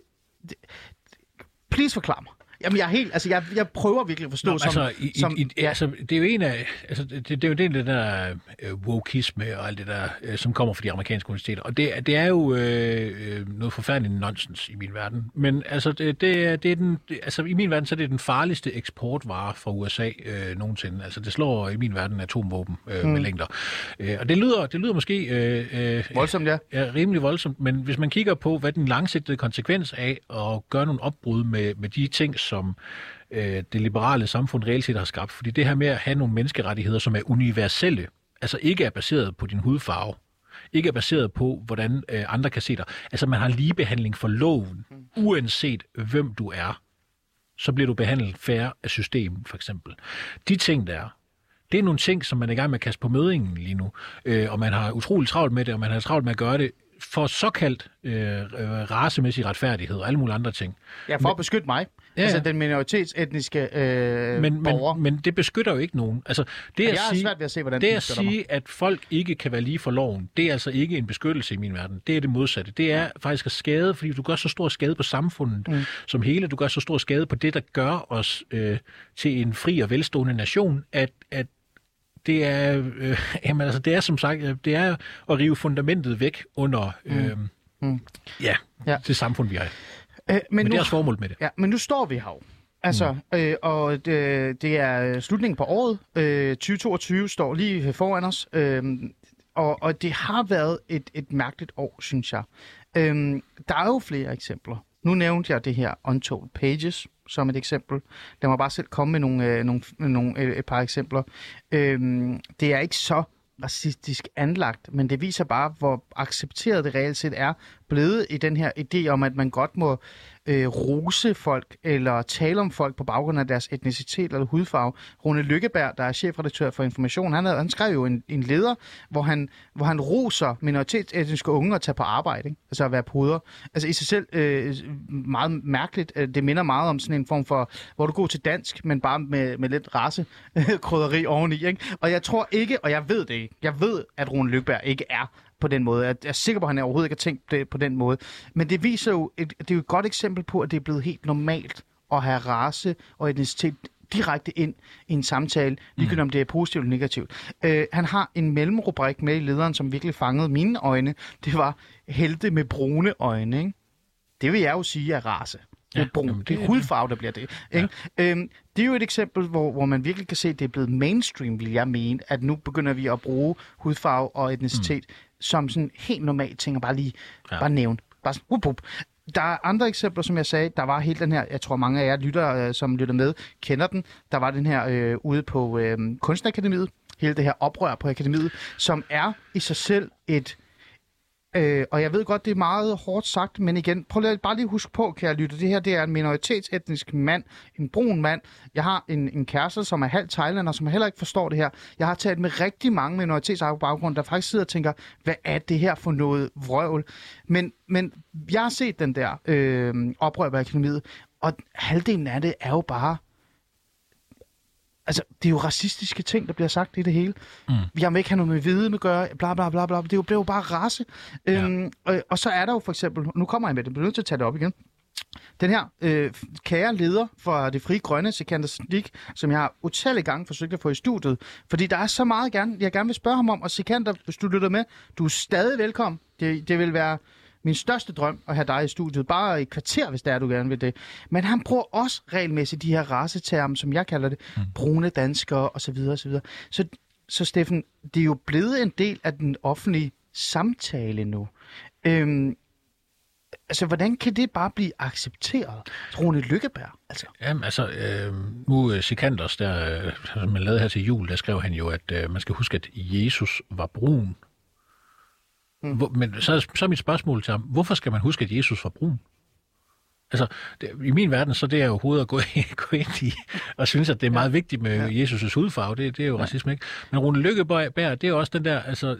please forklar mig. Jamen, jeg er helt, altså, jeg, jeg prøver virkelig at forstå, Nå, som... Altså, i, som i, ja. altså, det er jo en af... Altså, det, det er jo det, det der øh, wokeisme og alt det der, øh, som kommer fra de amerikanske universiteter. Og det, det er jo øh, noget forfærdeligt nonsens i min verden. Men altså, det, det, det er den, det, altså, i min verden, så er det den farligste eksportvare fra U S A øh, nogensinde. Altså, det slår i min verden atomvåben øh, mm. med længder. Øh, og det lyder, det lyder måske... Øh, øh, voldsomt, ja. Ja, rimelig voldsomt. Men hvis man kigger på, hvad den langsigtede konsekvens af at gøre nogle opbrud med, med de ting, som øh, det liberale samfund reelt set har skabt. Fordi det her med at have nogle menneskerettigheder, som er universelle, altså ikke er baseret på din hudfarve, ikke er baseret på, hvordan øh, andre kan se dig. Altså man har ligebehandling for loven, uanset hvem du er, så bliver du behandlet fair af systemet, for eksempel. De ting, der er, det er nogle ting, som man er i gang med at kaste på mødingen lige nu, øh, og man har utroligt travlt med det, og man har travlt med at gøre det for såkaldt øh, racemæssig retfærdighed og alle mulige andre ting. Ja, for men, at beskytte mig. Ja, altså den minoritetsetniske øh, men, borger. Men, men det beskytter jo ikke nogen. Altså, det ja, at jeg sige, er svært ved at se, hvordan det det at sige, mig. At folk ikke kan være lige for loven, det er altså ikke en beskyttelse i min verden. Det er det modsatte. Det er ja. faktisk at skade, fordi du gør så stor skade på samfundet mm. som hele. Du gør så stor skade på det, der gør os øh, til en fri og velstående nation, at, at det er, øh, jamen, altså, det er som sagt, det er at rive fundamentet væk under øh, mm. Mm. Ja, ja. det samfund, vi har. Øh, men, men nu, det er også formål med det. Ja, men nu står vi her jo. Altså, mm. øh, og det, det er slutningen på året. Øh, tyve toogtyve står lige foran os. Øh, og, og det har været et, et mærkeligt år, synes jeg. Øh, der er jo flere eksempler. Nu nævnte jeg det her Untold Pages som et eksempel. Lad mig bare selv komme med nogle, øh, nogle, nogle, et par eksempler. Øh, det er ikke så racistisk anlagt, men det viser bare, hvor accepteret det reelt set er blevet i den her idé om, at man godt må øh, rose folk eller tale om folk på baggrund af deres etnicitet eller hudfarve. Rune Lykkeberg, der er chefredaktør for Information, han, havde, han skrev jo en, en leder, hvor han, hvor han roser minoritetsetniske unge at tage på arbejde, ikke? Altså at være poder. Altså i sig selv øh, meget mærkeligt. Det minder meget om sådan en form for, hvor du går til dansk, men bare med, med lidt racekrydderi oveni, ikke? Og jeg tror ikke, og jeg ved det ikke, jeg ved, at Rune Lykkeberg ikke er på den måde. Jeg er sikker på, at han overhovedet ikke har tænkt det på den måde. Men det viser jo, et, det er jo et godt eksempel på, at det er blevet helt normalt at have race og etnicitet direkte ind i en samtale, ligegyldigt mm. om det er positivt eller negativt. Øh, han har en mellemrubrik med i lederen, som virkelig fangede mine øjne. Det var helte med brune øjne, ikke? Det vil jeg jo sige er race. Det er, brun. Ja, det, det er hudfarve, der bliver det. Ikke? Ja. Øhm, det er jo et eksempel, hvor, hvor man virkelig kan se, at det er blevet mainstream, vil jeg mene, at nu begynder vi at bruge hudfarve og etnicitet mm. som sådan helt normalt ting, og bare lige ja. bare nævne. Bare sådan, up, up. Der er andre eksempler, som jeg sagde. Der var helt den her, jeg tror mange af jer lytter, øh, som lytter med, kender den. Der var den her øh, ude på øh, Kunstakademiet, hele det her oprør på akademiet, som er i sig selv et... Øh, og jeg ved godt, det er meget hårdt sagt, men igen, prøv lige, bare lige huske på, kære lytter, det her det er en minoritetsetnisk mand, en brun mand. Jeg har en, en kæreste, som er halv thailander, som heller ikke forstår det her. Jeg har talt med rigtig mange minoritetsbaggrunde, der faktisk sidder og tænker, hvad er det her for noget vrøvl? Men, men jeg har set den der øh, oprør på akademiet, og halvdelen af det er jo bare... Altså, det er jo racistiske ting, der bliver sagt i det hele. Mm. Jeg må ikke have noget med hvide med at gøre, bla bla bla bla. Det er jo, det er jo bare race. Ja. Øhm, og, og så er der jo for eksempel, nu kommer jeg med det, jeg bliver nødt til at tage det op igen. Den her øh, kære leder for det frie grønne, Sikander Siddique, som jeg har utallige gange forsøgt at få i studiet. Fordi der er så meget, gerne, jeg gerne vil spørge ham om. Og Sikander, hvis du lytter med, du er stadig velkommen. Det, det vil være... min største drøm at have dig i studiet, bare i et kvarter, hvis det er, du gerne vil det. Men han bruger også regelmæssigt de her racetermer, som jeg kalder det, mm. brune danskere osv. osv. Så, så Steffen, det er jo blevet en del af den offentlige samtale nu. Øhm, altså, hvordan kan det bare blive accepteret? Rune Lykkeberg, altså. Jamen, altså, øh, nu Sikanders, der, øh, som man lavede her til jul, der skrev han jo, at øh, man skal huske, at Jesus var brun. Mm. Hvor, men så, så er mit spørgsmål til ham, hvorfor skal man huske, at Jesus var brun? Altså, det, i min verden, så det er jo overhovedet at gå, gå ind i og synes, at det er meget ja. vigtigt med ja. Jesus' hudfarve. Det, det er jo ja. racisme, ikke? Men Rune Lykkeberg, det er jo også den der, altså,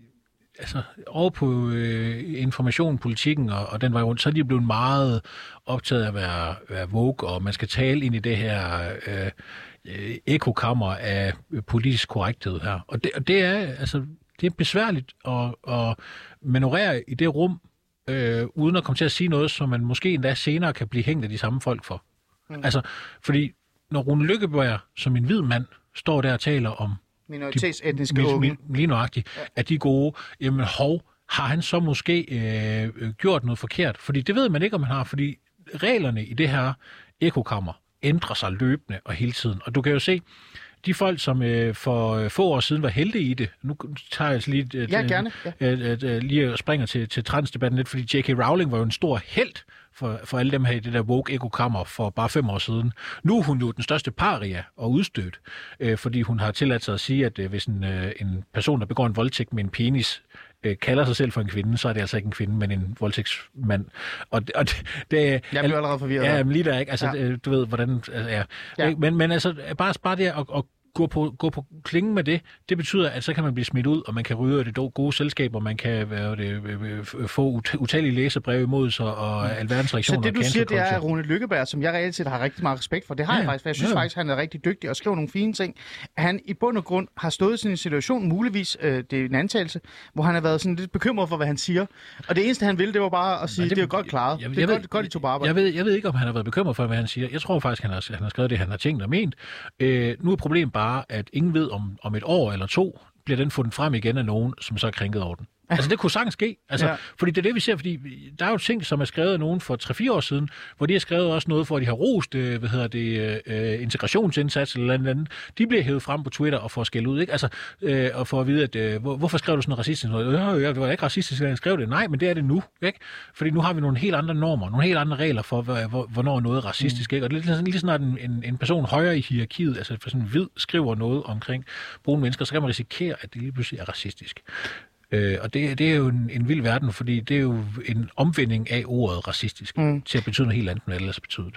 altså over på øh, information, politikken og, og den vej rundt, så er de blevet meget optaget af at være, være woke, og man skal tale ind i det her øh, øh, ekokammer af politisk korrekthed her. Og det, og det er, altså, det er besværligt at, at manøvrere i det rum, øh, uden at komme til at sige noget, som man måske endda senere kan blive hængt af de samme folk for. Mm. Altså, fordi når Rune Lykkeberg, som en hvid mand, står der og taler om minoritetsetniske unge, lige nøjagtigt, ja. at de er gode, jamen hov, har han så måske øh, gjort noget forkert? Fordi det ved man ikke, om han har, fordi reglerne i det her ekokammer ændrer sig løbende og hele tiden. Og du kan jo se, de folk, som øh, for få år siden var heldige i det, nu tager jeg lige, øh, ja, gerne. Ja. Øh, øh, lige og springer til, til transdebatten lidt, fordi J K Rowling var jo en stor helt for, for alle dem her i det der woke ekokammer for bare fem år siden. Nu er hun jo den største paria og udstødt, øh, fordi hun har tilladt sig at sige, at øh, hvis en, øh, en person, der begår en voldtægt med en penis, øh, kalder sig selv for en kvinde, så er det altså ikke en kvinde, men en voldtægtsmand. Og, og det, det jeg bliver allerede forvirret. Ja, men lige der, ikke? Altså, ja. øh, du ved, hvordan... Altså, ja. Ja. Men, men altså, bare, bare det at, at gå på, gå på klingen med det, det betyder, at så kan man blive smidt ud, og man kan ryge det gode selskab, og man kan hvad det, få utallige læserbreve imod sig, og mm. alverdens reaktioner. Så det, du siger, det er Rune Lykkeberg, som jeg reelt set har rigtig meget respekt for. Det har ja, jeg faktisk, for jeg synes ja. faktisk, han er rigtig dygtig og skriver nogle fine ting. Han i bund og grund har stået i sådan en situation, muligvis, øh, det er en antagelse, hvor han har været sådan lidt bekymret for, hvad han siger. Og det eneste, han ville, det var bare at sige, ja, det, det er godt klaret. Jeg, jeg, det er jeg godt, ved, godt, I tog på arbejde. Jeg ved, jeg ved ikke, om han har været bekymret for, hvad han siger. Jeg tror faktisk, han har, han har skrevet det, han har tænkt og ment. Øh, nu er problemet bare, at ingen ved, om, om et år eller to bliver den fundet frem igen af nogen, som så er krænket over den. Altså, det kunne sagtens ske. Altså, ja. Fordi det er det, vi ser, fordi der er jo ting, som er skrevet af nogen for tre fire år siden, hvor de har skrevet også noget, hvor de har rost, hvad hedder det, uh, integrationsindsats eller noget andet. De bliver hævet frem på Twitter og får skæld ud, ikke? Altså, uh, og får at vide, at uh, hvor, hvorfor skrev du sådan noget racistisk? Ja, ja, det var ikke racistisk, at jeg skrev det. Nej, men det er det nu, ikke? Fordi nu har vi nogle helt andre normer, nogle helt andre regler for, hvornår noget er racistisk, ikke? Og det er lige, lige snart en, en, en person højere i hierarkiet, altså for sådan en hvid, skriver noget omkring brune mennesker, så kan man risikere, at det lige pludselig er racistisk. Øh, og det, det er jo en, en vild verden, fordi det er jo en omvending af ordet racistisk mm. til at betyde noget helt andet, end det ellers betydet.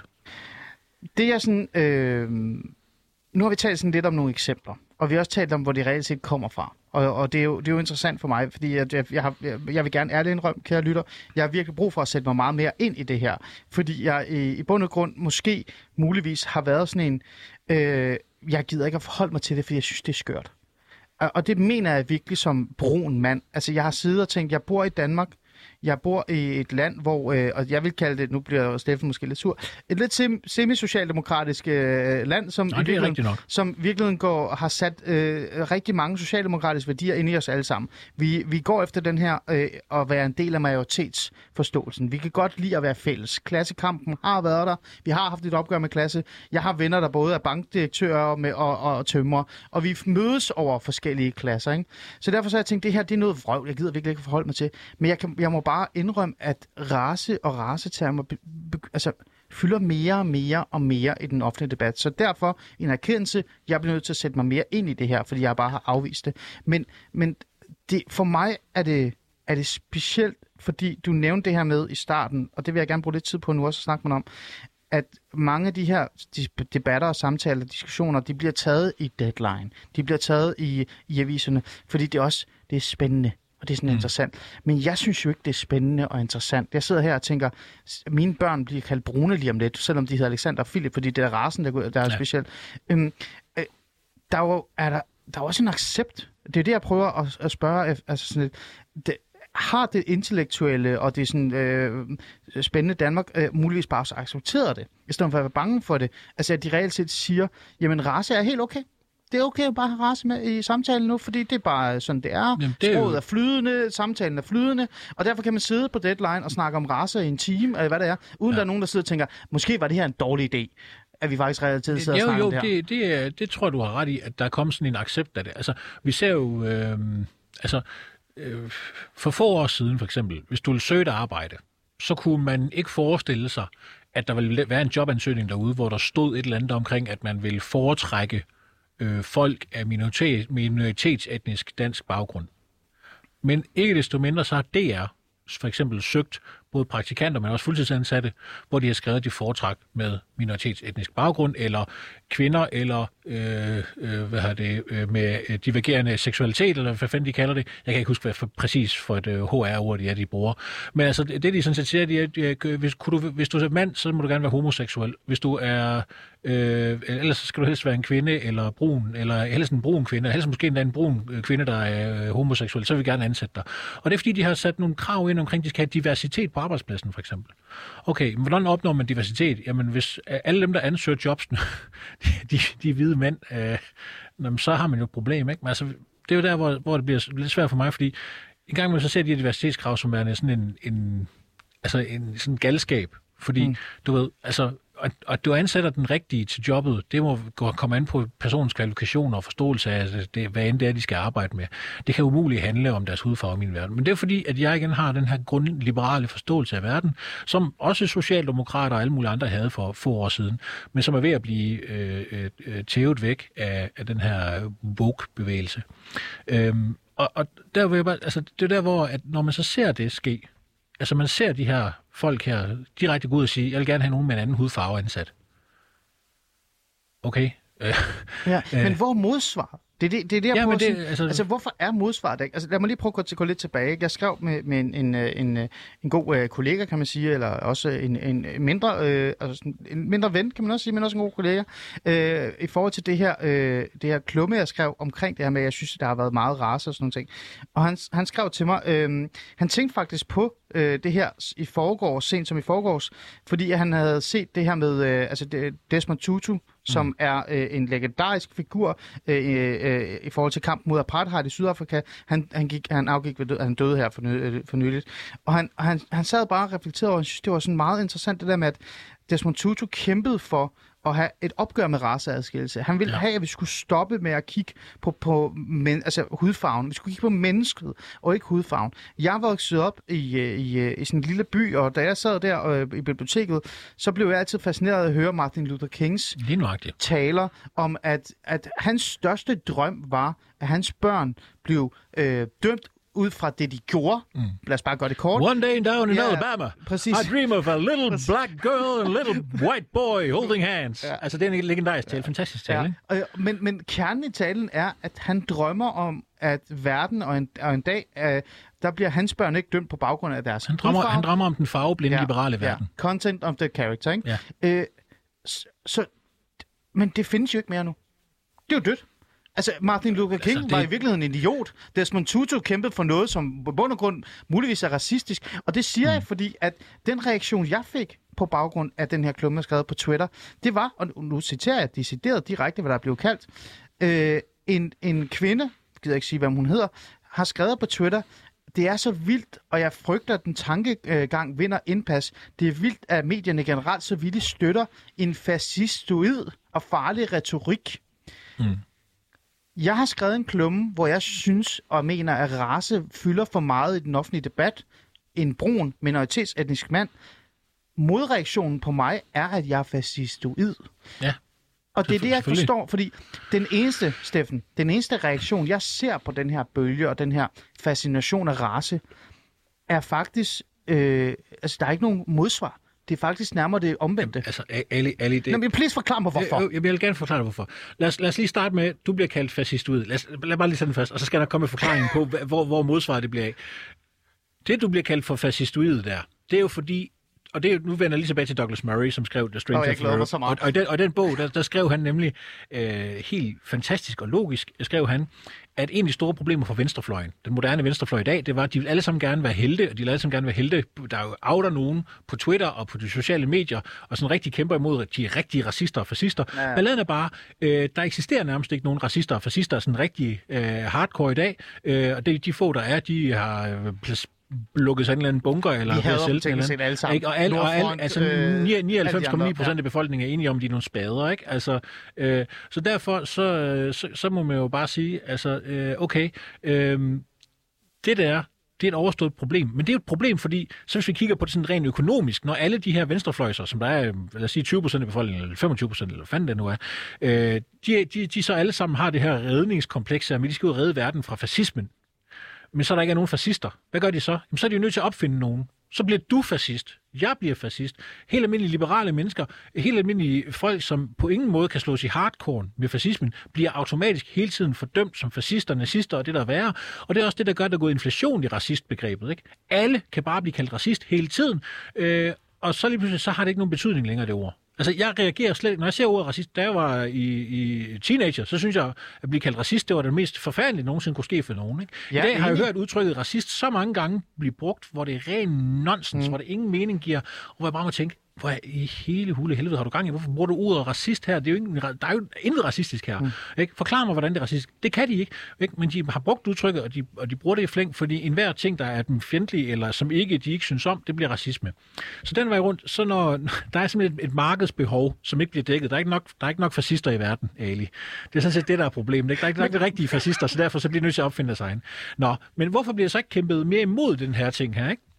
Det er sådan... Øh... Nu har vi talt sådan lidt om nogle eksempler, og vi har også talt om, hvor det reelt set kommer fra. Og, og det, er jo, det er jo interessant for mig, fordi jeg, jeg, har, jeg vil gerne ærligt indrømme, kære lytter, jeg har virkelig brug for at sætte mig meget mere ind i det her. Fordi jeg i, i bund og grund måske muligvis har været sådan en... Øh, jeg gider ikke at forholde mig til det, fordi jeg synes, det er skørt. Og, og det mener jeg virkelig som brun mand. Altså, jeg har siddet og tænkt, jeg bor i Danmark. Jeg bor i et land, hvor, øh, og jeg vil kalde det, nu bliver Steffen måske lidt sur, et lidt sem- semi-socialdemokratisk øh, land, som, Nå, det er rigtigt nok. som virkelig går, har sat øh, rigtig mange socialdemokratiske værdier ind i os alle sammen. Vi, vi går efter den her øh, at være en del af majoritetsforståelsen. Vi kan godt lide at være fælles. Klassekampen har været der. Vi har haft et opgør med klasse. Jeg har venner, der både er bankdirektører med, og, og, og tømrer, og vi mødes over forskellige klasser. Ikke? Så derfor så har jeg tænkt, det her det er noget vrøvl, jeg gider virkelig ikke forholde mig til. Men jeg, kan, jeg må bare indrømme, at race og racetermer be, be, altså, fylder mere og mere og mere i den offentlige debat. Så derfor en erkendelse, jeg bliver nødt til at sætte mig mere ind i det her, fordi jeg bare har afvist det. Men, men det, for mig er det, er det specielt, fordi du nævnte det her med i starten, og det vil jeg gerne bruge lidt tid på nu også at snakke med om, at mange af de her debatter og samtaler og diskussioner, de bliver taget i Deadline. De bliver taget i, i aviserne, fordi det også det er spændende. Og det er sådan mm. interessant. Men jeg synes jo ikke, det er spændende og interessant. Jeg sidder her og tænker, at mine børn bliver kaldt brune lige om lidt, selvom de hedder Alexander og Philip, fordi det er rasen, der, der er ja. specielt. Øhm, øh, der, er jo, er der, der er også en accept. Det er det, jeg prøver at, at spørge. Altså sådan et, det, har det intellektuelle og det sådan, øh, spændende Danmark øh, muligvis bare så accepteret det, i stedet for at være bange for det? Altså, at de reelt set siger, jamen race er helt okay. Det er okay at bare have race med i samtalen nu, fordi det er bare sådan, det er. Jamen, det er Sproget jo... er flydende, samtalen er flydende, og derfor kan man sidde på Deadline og snakke om racer i en time, eller hvad det er, uden ja. der er nogen, der sidder og tænker, måske var det her en dårlig idé, at vi faktisk reelt sidder og snakker jo, om det her. Jo, det, det, det tror jeg, du har ret i, at der er kommet sådan en accept af det. Altså, vi ser jo, øh, altså, øh, for få år siden for eksempel, hvis du ville søge et arbejde, så kunne man ikke forestille sig, at der ville være en jobansøgning derude, hvor der stod et eller andet omkring, at man ville foretrække øh, folk af minoritet, minoritetsetnisk dansk baggrund. Men ikke desto mindre så har D R for eksempel søgt både praktikanter, men også fuldtidsansatte, hvor de har skrevet, at de foretræk med minoritetsetnisk baggrund, eller kvinder, eller øh, øh, hvad har det, øh, med divergerende seksualitet, eller hvad fanden de kalder det. Jeg kan ikke huske, hvad for, præcis for et øh, H R-ord de er, de bruger. Men altså, det de sådan set siger, de er, de er, hvis, kunne du, hvis du er mand, så må du gerne være homoseksuel. Hvis du er, øh, ellers så skal du helst være en kvinde, eller brun, eller helst en brun kvinde, helst måske endda en brun kvinde, der er øh, homoseksuel, så vil vi gerne ansætte dig. Og det er fordi, de har sat nogle krav ind omkring, de skal have diversitet på arbejdspladsen, for eksempel. Okay, men hvordan opnår man diversitet? Jamen, hvis alle dem, der ansøger jobsene, de, de, de er hvide mænd, øh, jamen, så har man jo et problem, ikke? Men altså, det er jo der, hvor, hvor det bliver lidt svært for mig, fordi en gang imellem så ser de her diversitetskrav som er sådan en, en, altså en sådan galskab, fordi, mm. du ved, altså, at, at du ansætter den rigtige til jobbet, det må komme an på personens kvalifikationer og forståelse af, det, hvad end det er, de skal arbejde med. Det kan umuligt handle om deres hudfarve i min verden. Men det er fordi, at jeg igen har den her grundliberale forståelse af verden, som også socialdemokrater og alle mulige andre havde for få år siden, men som er ved at blive øh, øh, tævet væk af, af den her woke-bevægelse. Øhm, og, og der vil jeg bare, altså, det er der, hvor at når man så ser det ske, altså man ser de her folk her direkte gå ud og sige, jeg vil gerne have nogen med en anden hudfarve ansat. Okay. ja, men hvor modsvar? Det er det, det, er det jeg ja, prøver det, at sige. Altså, altså, hvorfor er modsvaret ikke? Altså, lad mig lige prøve at gå lidt tilbage. Jeg skrev med, med en, en, en, en god uh, kollega, kan man sige, eller også en, en, mindre, uh, altså en mindre ven, kan man også sige, men også en god kollega, uh, i forhold til det her, uh, det her klumme, jeg skrev omkring det her med, at jeg synes, at der har været meget race og sådan nogle ting. Og han, han skrev til mig, uh, han tænkte faktisk på uh, det her i forgårs, sent som i forgårs, fordi han havde set det her med uh, altså Desmond Tutu, som mm. er øh, en legendarisk figur øh, øh, i forhold til kampen mod apartheid i Sydafrika. Han, han, gik, han afgik ved død, han døde her for, ny, for nyligt. Og han, han, han sad bare og reflekterede over, og jeg synes, det var sådan meget interessant, det der med, at Desmond Tutu kæmpede for at have et opgør med raceadskillelse. Han ville ja. have, at vi skulle stoppe med at kigge på, på men, altså, hudfarven. Vi skulle kigge på mennesket, og ikke hudfarven. Jeg voksede op i, i, i sådan en lille by, og da jeg sad der øh, i biblioteket, så blev jeg altid fascineret af at høre Martin Luther Kings taler om, at, at hans største drøm var, at hans børn blev øh, dømt ud fra det, de gjorde. Mm. Lad os bare gøre det kort. One day down in Ja, Alabama, præcis. I dream of a little black girl and a little white boy holding hands. Ja. Altså, det er en legendarisk tale, fantastisk tale, ikke? Ja. Men, men kernen i talen er, at han drømmer om, at verden og en, og en dag, øh, der bliver hans børn ikke dømt på baggrund af deres han drømmer, han drømmer om den farveblinde, ja, liberale verden. Ja. Content of the character, ikke? Ja. Øh, så, så, men det findes jo ikke mere nu. Det er jo dødt. Altså, Martin Luther King altså, det... var i virkeligheden en idiot. Desmond Tutu kæmpede for noget, som på bund og grund muligvis er racistisk. Og det siger mm. jeg, fordi at den reaktion, jeg fik på baggrund af den her klumme, jeg skrev på Twitter, det var, og nu citerer jeg decideret direkte, hvad der blev kaldt, øh, en, en kvinde, jeg gider ikke sige, hvad hun hedder, har skrevet på Twitter, det er så vildt, og jeg frygter, at den tankegang vinder indpas. Det er vildt, at medierne generelt så vildt støtter en fascistoid og farlig retorik. Mm. Jeg har skrevet en klumme, hvor jeg synes og mener, at race fylder for meget i den offentlige debat. En brun minoritetsetnisk mand. Modreaktionen på mig er, at jeg er fascistoid. Ja. Og det er det, jeg forstår, fordi den eneste, Steffen, den eneste reaktion, jeg ser på den her bølge og den her fascination af race, er faktisk, øh, altså der er ikke nogen modsvar. Det er faktisk nærmere det omvendte. Jamen, altså, Ali, Ali, det... Nå, men please forklare mig, hvorfor. Jeg, jeg vil gerne forklare dig, hvorfor. Lad os, lad os lige starte med, du bliver kaldt fascistoid. Lad, os, lad bare lige sætte den først, og så skal der komme en forklaring på, hvor, hvor modsvaret det bliver af. Det, du bliver kaldt for fascistoid der, det er jo fordi, og det er, nu vender jeg lige tilbage til Douglas Murray, som skrev The Strength of Europe. Og, og, i den, og i den bog, der, der skrev han nemlig øh, helt fantastisk og logisk, skrev han, at en af de store problemer for venstrefløjen, den moderne venstrefløj i dag, det var, at de ville alle sammen gerne være helte, og de ville alle sammen gerne være helte. Der er jo outer nogen på Twitter og på de sociale medier, og sådan rigtig kæmper imod de rigtige racister og fascister. Ja. Balladen er bare, øh, der eksisterer nærmest ikke nogen racister og fascister, sådan rigtig øh, hardcore i dag, øh, og det, de få, der er, de har øh, lukket sig en eller anden bunker, eller ved at sælge til eller alle sammen. Ikke? Og, al, og al, altså nioghalvfems komma ni procent af befolkningen er enige om, de er nogle spader, ikke? Altså, øh, så derfor, så, så, så må man jo bare sige, altså, øh, okay, øh, det der, det er et overstået problem. Men det er jo et problem, fordi, så hvis vi kigger på det sådan rent økonomisk, når alle de her venstrefløjser, som der er, lad os sige tyve procent af befolkningen, eller femogtyve procent, eller hvad fanden det nu er, øh, de, de, de så alle sammen har det her redningskompleks, at de skal ud og redde verden fra fascismen. Men så er der ikke er nogen fascister. Hvad gør de så? Jamen, så er de jo nødt til at opfinde nogen. Så bliver du fascist. Jeg bliver fascist. Helt almindelige liberale mennesker, helt almindelige folk, som på ingen måde kan slås i hardcore med fascismen, bliver automatisk hele tiden fordømt som fascister, nazister og det der er værre. Og det er også det, der gør, at der er gået inflation i racistbegrebet. Ikke? Alle kan bare blive kaldt racist hele tiden. Øh, og så lige pludselig, så har det ikke nogen betydning længere, det ord. Altså, jeg reagerer slet når jeg ser ordet racist, da jeg var i, i teenager, så synes jeg, at blive kaldt racist, det var det mest forfærdelige, nogensinde kunne ske for nogen. Ikke? I ja, dag har jeg hørt udtrykket racist så mange gange blive brugt, hvor det er ren nonsens, mm. hvor det ingen mening giver, og hvor jeg bare må tænke, hvor i hele hule helvede har du gang i? Hvorfor bruger du ordet racist her? Det er jo ikke, der er jo intet racistisk her. Mm. Ikke? Forklar mig, hvordan det er racistisk. Det kan de ikke, ikke. Men de har brugt udtrykket, og de, og de bruger det i flæng, fordi enhver ting, der er dem fjendtlige, eller som ikke de ikke synes om, det bliver racisme. Så den vej rundt, så når der er simpelthen et, et markedsbehov, som ikke bliver dækket. Der er ikke nok, der er ikke nok fascister i verden, Ali. Det er sådan set det, der er problemet. Ikke? Der er ikke nok de rigtige fascister, så derfor så bliver de nødt til at opfinde sig egen. Nå, men hvorfor bliver det så ikke kæmpet mere imod den her ting her, ikke?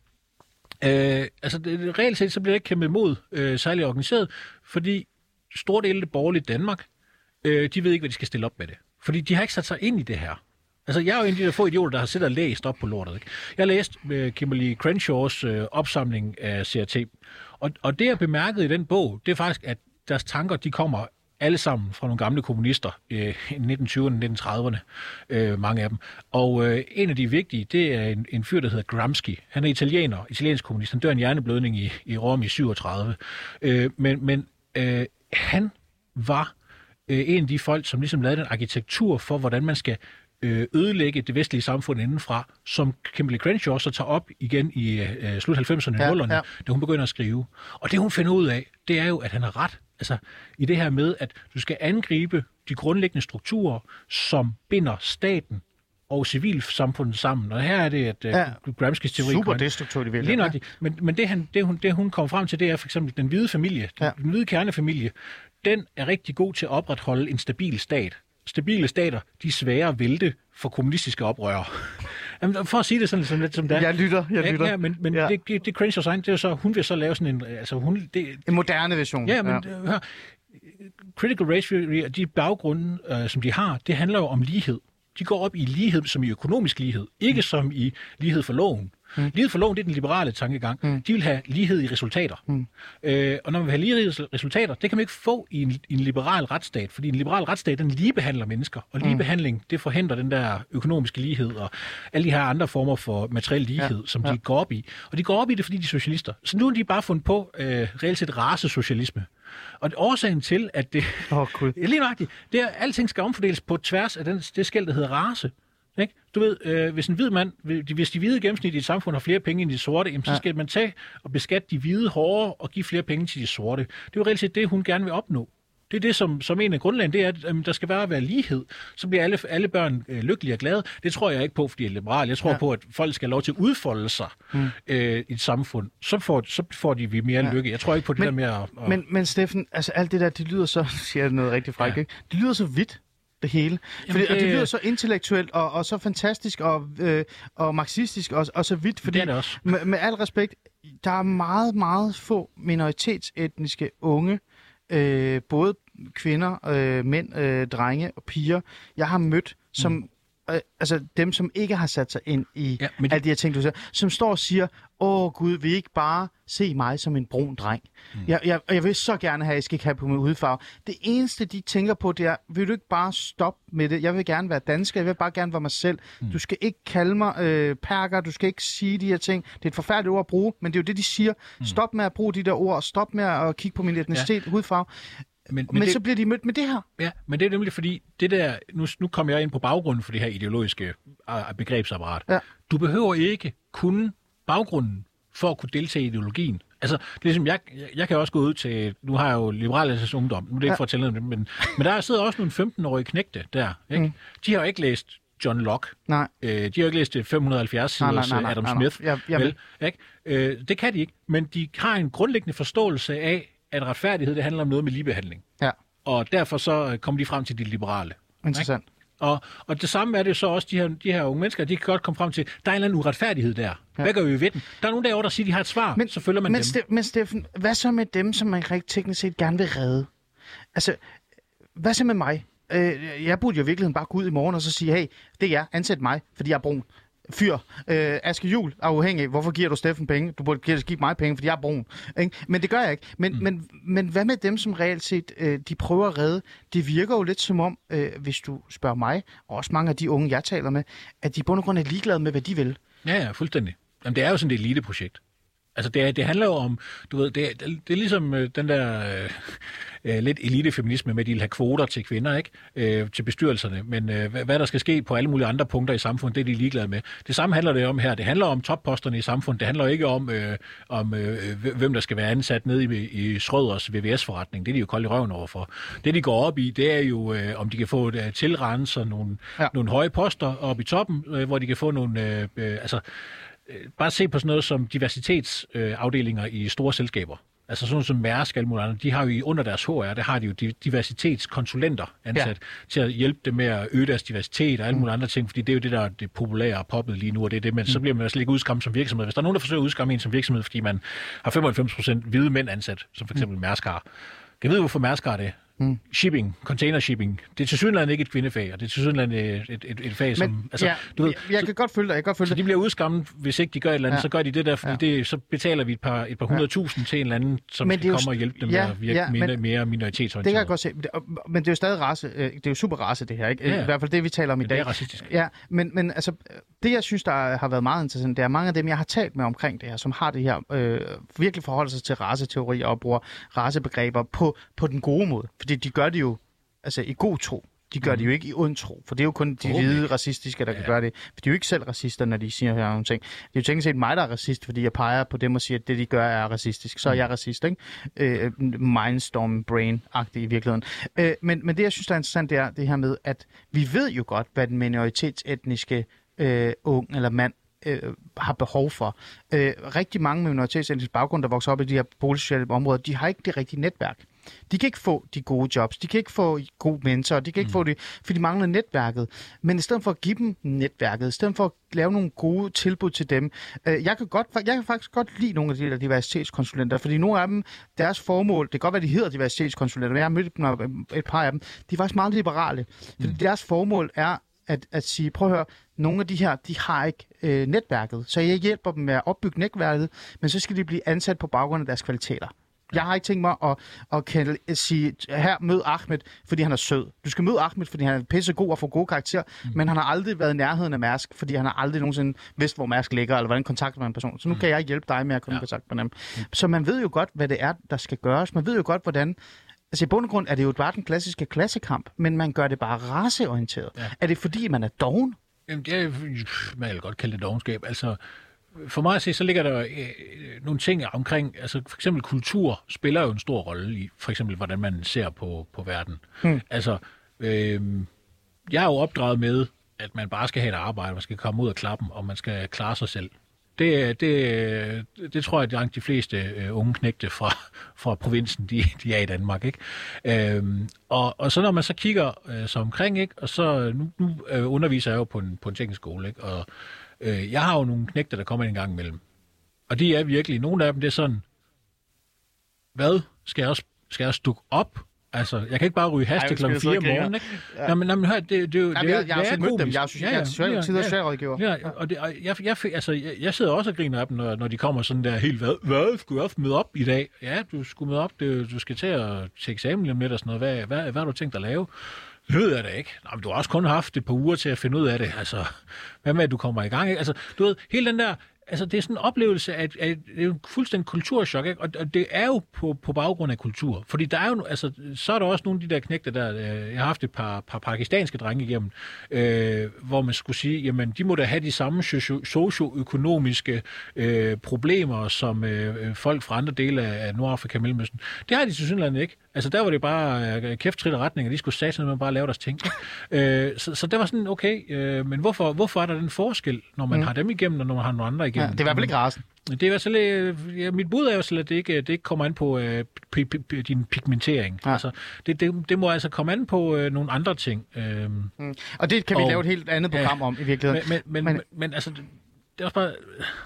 Øh, altså, det, reelt set, så bliver det ikke kæmpet imod øh, særligt organiseret, fordi store dele af det borgerlige Danmark, øh, de ved ikke, hvad de skal stille op med det. Fordi de har ikke sat sig ind i det her. Altså, jeg er jo en af de der få idioter, der har siddet og læst op på lortet. Ikke? Jeg har læst øh, Kimberly Crenshaws øh, opsamling af C R T, og, og det, jeg bemærkede i den bog, det er faktisk, at deres tanker, de kommer alle sammen fra nogle gamle kommunister øh, i nitten tyverne, nitten trediverne, øh, mange af dem. Og øh, en af de vigtige, det er en, en fyr, der hedder Gramsci. Han er italiener, italiensk kommunist. Han dør en hjerneblødning i, i Rom i syvogtredive. Øh, men men øh, han var øh, en af de folk, som ligesom lavede en arkitektur for, hvordan man skal øh, ødelægge det vestlige samfund indenfra, som Kimberly Crenshaw så tager op igen i øh, slut halvfemserne og nullerne, ja, ja. Da hun begynder at skrive. Og det, hun finder ud af, det er jo, at han har ret. Altså i det her med, at du skal angribe de grundlæggende strukturer, som binder staten og civilsamfundet sammen. Og her er det, at ja. uh, Gramsci's teori... Super destruktivt i virkeligheden. Ja. Men, men det, han, det, hun, det, hun kommer frem til, det er for eksempel den hvide familie, ja. den hvide kernefamilie, den er rigtig god til at opretholde en stabil stat. Stabile stater, de er svære at vælte for kommunistiske oprørere. Jamen, for at sige det sådan som lidt som det er. Jeg lytter, jeg lytter. Ja, men, men ja. det, det, det Crenshaws egen, det er så, hun vil så lave sådan en... Altså, hun, det, en moderne version. Ja, men ja. Hør, critical race theory og de baggrunde, øh, som de har, det handler jo om lighed. de går op i lighed som i økonomisk lighed, ikke mm. som i lighed for loven. Mm. Lighed for loven, det er den liberale tankegang. Mm. De vil have lighed i resultater. Mm. Øh, og når man vil have lighed i resultater, det kan man ikke få i en, i en liberal retsstat, fordi en liberal retsstat, den ligebehandler mennesker, og ligebehandling, mm. det forhindrer den der økonomiske lighed og alle de her andre former for materiel lighed, ja. som de ja. går op i. Og de går op i det, fordi de er socialister. Så nu har de bare fundet på øh, reelt set racesocialisme. Og årsagen til, at det... Oh, cool. lige nøjagtigt, det er, at alting skal omfordeles på tværs af den, det skel, der hedder race. Ikke? Du ved, øh, hvis en hvid mand, hvis de hvide gennemsnit i et samfund har flere penge end de sorte, jamen, så skal ja. man tage og beskatte de hvide hårdere og give flere penge til de sorte. Det er jo reelt set det, hun gerne vil opnå. Det er det, som, som en af grundlagen, det er, at øh, der skal bare være lighed. Så bliver alle, alle børn øh, lykkelige og glade. Det tror jeg ikke på, fordi jeg er liberal. Jeg tror ja. på, at folk skal have lov til at udfolde sig mm. øh, i et samfund. Så får, så får de vi mere ja. lykke. Jeg tror ikke på det men, der med at... at... Men, men Steffen, altså alt det der, det lyder så, siger jeg noget rigtig frækt, ja. ikke? Det lyder så vidt. Det hele. Fordi, det... Og det lyder så intellektuelt og, og så fantastisk og, øh, og marxistisk og, og så vidt. Fordi, det er det også. Med, med al respekt, der er meget, meget få minoritetsetniske unge, øh, både kvinder, øh, mænd, øh, drenge og piger, jeg har mødt, som mm. øh, altså dem, som ikke har sat sig ind i ja, de... alle de her ting, du siger, som står og siger, åh Gud, vil I ikke bare se mig som en brun dreng? Mm. Jeg, jeg, jeg vil så gerne have, at I skal ikke have på min hudfarve. Det eneste, de tænker på, det er, vil du ikke bare stoppe med det? Jeg vil gerne være dansker, jeg vil bare gerne være mig selv. Mm. Du skal ikke kalde mig øh, perker, du skal ikke sige de her ting. Det er et forfærdeligt ord at bruge, men det er jo det, de siger. Mm. Stop med at bruge de der ord, stop med at kigge på min etnicitet, ja. hudfarve. Men, men, men det, så bliver de mødt med det her. Ja, men det er nemlig fordi, det der, nu, nu kommer jeg ind på baggrunden for det her ideologiske begrebsapparat. Ja. Du behøver ikke kunne baggrunden for at kunne deltage i ideologien. Altså, det er ligesom, jeg, jeg kan også gå ud til, nu har jeg jo liberal ungdom, nu er det ikke ja. for at tælle noget, men, men der sidder også nogle femten-årige knægte der, ikke? Mm. De har jo ikke læst John Locke. Nej. Øh, de har jo ikke læst fem hundrede og halvfjerds siders Adam nej, nej. Smith. Ja, ja, vel, ikke? Øh, det kan de ikke, men de har en grundlæggende forståelse af, at retfærdighed, det handler om noget med ligebehandling. Ja. Og derfor så kommer de frem til de liberale. Interessant. Og, og det samme er det så også, de her, de her unge mennesker, de kan godt komme frem til, der er en eller anden uretfærdighed der. Ja. Hvad gør vi ved den? Der er nogen derovre, der siger, de har et svar, men, så følger man men dem. Ste- men Steffen, hvad så med dem, som man rigtig teknisk set gerne vil redde? Altså, hvad så med mig? Øh, jeg burde jo i virkeligheden bare gå ud i morgen og så sige, hey, det er jeg, ansæt mig, fordi jeg er brun. Fyr, øh, Aske Juhl er uafhængig. Hvorfor giver du Steffen penge? Du burde give mig penge, fordi jeg er brun. Ikke? Men det gør jeg ikke. Men, mm. men, men hvad med dem, som reelt set øh, de prøver at redde? Det virker jo lidt som om, øh, hvis du spørger mig, og også mange af de unge, jeg taler med, at de i bund og grund er ligeglade med, hvad de vil. Ja, ja, fuldstændig. Jamen, det er jo sådan et eliteprojekt. Altså, det, er, det handler jo om, du ved, det er, det er ligesom øh, den der øh, lidt elitefeminisme med, at de vil have kvoter til kvinder, ikke? Øh, til bestyrelserne. Men øh, hvad, hvad der skal ske på alle mulige andre punkter i samfundet, det er de ligeglade med. Det samme handler det om her. Det handler om topposterne i samfundet. Det handler ikke om, øh, om øh, hvem der skal være ansat nede i, i Schrøders V V S-forretning. Det er de jo koldt i røven overfor. Det, de går op i, det er jo, øh, om de kan få øh, tilrenset nogle, ja. nogle høje poster oppe i toppen, øh, hvor de kan få nogle... Øh, øh, altså, bare se på sådan noget som diversitetsafdelinger øh, i store selskaber. Altså sådan noget som Mærsk og alle mulige andre. De har jo under deres H R, der har de jo diversitetskonsulenter ansat ja. til at hjælpe dem med at øge deres diversitet og alle mulige andre ting, fordi det er jo det, der er det populære og poppet lige nu, og det er det, men mm. så bliver man altså ikke udskammet som virksomhed. Hvis der er nogen, der forsøger at udskamme en som virksomhed, fordi man har femoghalvfems procent hvide mænd ansat, som for eksempel mm. Mærsk har. Kan jeg vide, hvorfor Mærsk har det? Mm. Shipping, container shipping. Det er tilsyneladende ikke et kvindefag, og det er tilsyneladende et, et, et, et fag, men, som... Altså, ja, du ved, jeg, jeg kan godt følge dig, jeg kan godt følge Så de bliver udskammet, hvis ikke de gør et eller andet, ja. så gør de det der, fordi ja. det, så betaler vi et par, et par hundrede ja. tusind til en eller anden, som men skal komme og hjælpe dem ja, med at virke ja, mere, men, mere minoritetsorienteret. Det kan jeg godt se, men det er jo stadig race, det er jo super race det her, ikke? Ja, ja. I hvert fald det, vi taler om i dag. Det er racistisk. Ja, men, men altså, det jeg synes, der har været meget interessant, det er mange af dem, jeg har talt med omkring det her, som har det her, øh, virkelig forholder sig til raceteorier og bruger racebegreber på, på den gode måde, fordi de gør det jo altså i god tro. De gør mm. det jo ikke i ond tro, for det er jo kun de okay. hvide racistiske, der ja. kan gøre det. For de er jo ikke selv racister, når de siger her nogle ting. Det er jo tænkt set mig, der er racist, fordi jeg peger på dem og siger, at det, de gør, er racistisk. Så er jeg racist, ikke? Øh, mindstorm brain-agtig i virkeligheden. Øh, men, men det, jeg synes, der er interessant, det er det her med, at vi ved jo godt, hvad den minoritetsetniske øh, ung eller mand øh, har behov for. Øh, rigtig mange med minoritetsetnisk baggrund, der vokser op i de her boligsociale områder, de har ikke det rigtige netværk. De kan ikke få de gode jobs, de kan ikke få gode mentorer, de kan ikke mm. få det, for de mangler netværket. Men i stedet for at give dem netværket, i stedet for at lave nogle gode tilbud til dem, øh, jeg kan godt, jeg kan faktisk godt lide nogle af de der diversitetskonsulenter, fordi nogle af dem, deres formål, det kan godt være, de hedder diversitetskonsulenter, men jeg har mødt dem, et par af dem, de er faktisk meget liberale. Fordi mm. deres formål er at, at sige, prøv at høre, nogle af de her, de har ikke øh, netværket, så jeg hjælper dem med at opbygge netværket, men så skal de blive ansat på baggrund af deres kvaliteter. Jeg har ikke tænkt mig at, at, kan, at sige, her mød Ahmed, fordi han er sød. Du skal møde Ahmed, fordi han er pissegod og får gode karakterer, mm. men han har aldrig været i nærheden af Mærsk, fordi han har aldrig nogensinde vidst, hvor Mærsk ligger, eller hvordan kontakter man en person. Så nu mm. kan jeg hjælpe dig med at komme i kontakt med dem. Mm. Så man ved jo godt, hvad det er, der skal gøres. Man ved jo godt, hvordan... Altså i bund og grund er det jo bare den klassiske klassekamp, men man gør det bare raceorienteret. Ja. Er det fordi, man er doven? Jamen, det er, man kan godt kalde det dovenskab. Altså, for mig at se, så ligger der øh, nogle ting omkring, altså for eksempel kultur spiller jo en stor rolle i, for eksempel hvordan man ser på, på verden. Hmm. Altså, øh, jeg er jo opdraget med, at man bare skal have et arbejde, man skal komme ud af klappen, og man skal klare sig selv. Det, det, det tror jeg, at langt de fleste øh, unge knægte fra, fra provinsen, de, de er i Danmark, ikke? Øhm, og, og så når man så kigger øh, så omkring, ikke? Og så nu, nu øh, underviser jeg jo på en, på en teknisk skole, ikke? Og øh, jeg har jo nogle knægte, der kommer en gang imellem. Og de er virkelig, nogle af dem, det er sådan, hvad? Skal jeg også, skal jeg også dukke op? Altså, jeg kan ikke bare ryge haste klokken fire om morgenen, ikke? Ja. Nå, men, nå, men hør, det, det, det, Jamen, det, jeg, jeg har det selv mødt dem. Jeg er social, ja, ja, ja, ja, socialrådgiver. Ja, ja, og, det, og jeg, jeg, altså, jeg, jeg sidder også og griner af dem, når, når de kommer sådan der helt, hvad, hvad, skulle jeg også møde op i dag? Ja, du skulle møde op, det, du skal til at til eksamen om lidt og sådan noget. Hvad, hvad, hvad har du tænkt at lave? Det ved jeg da ikke. Nå, men du har også kun haft et par uger til at finde ud af det. Altså, hvad med, at du kommer i gang, ikke? Altså, du ved, hele den der... Altså, det er sådan en oplevelse af, af det er jo fuldstændig kulturschok, ikke? Og det er jo på, på baggrund af kultur. Fordi der er jo, altså, så er der også nogle af de der knægter der, jeg har haft et par, par pakistanske drenge igennem, øh, hvor man skulle sige, jamen, de må da have de samme socio-økonomiske øh, problemer, som øh, folk fra andre dele af Nordafrika og Mellemøsten. Det har de til synligheden ikke. Altså, der var det bare øh, kæft trit og retning, og de skulle satse, når man bare lave deres ting. øh, så, så det var sådan, okay, øh, men hvorfor, hvorfor er der den forskel, når man mm. har dem igennem, og når man har nogle andre igennem? Ja, det er i hvert fald ikke rasen. Det er i hvert fald, ja, mit bud er jo så, at det ikke, det ikke kommer an på øh, p- p- din pigmentering. Ja. Altså, det, det, det må altså komme an på øh, nogle andre ting. Øh, mm. Og det kan vi og, lave et helt andet program ja, om i virkeligheden. Men, men, men, men, men altså, det, det er også bare...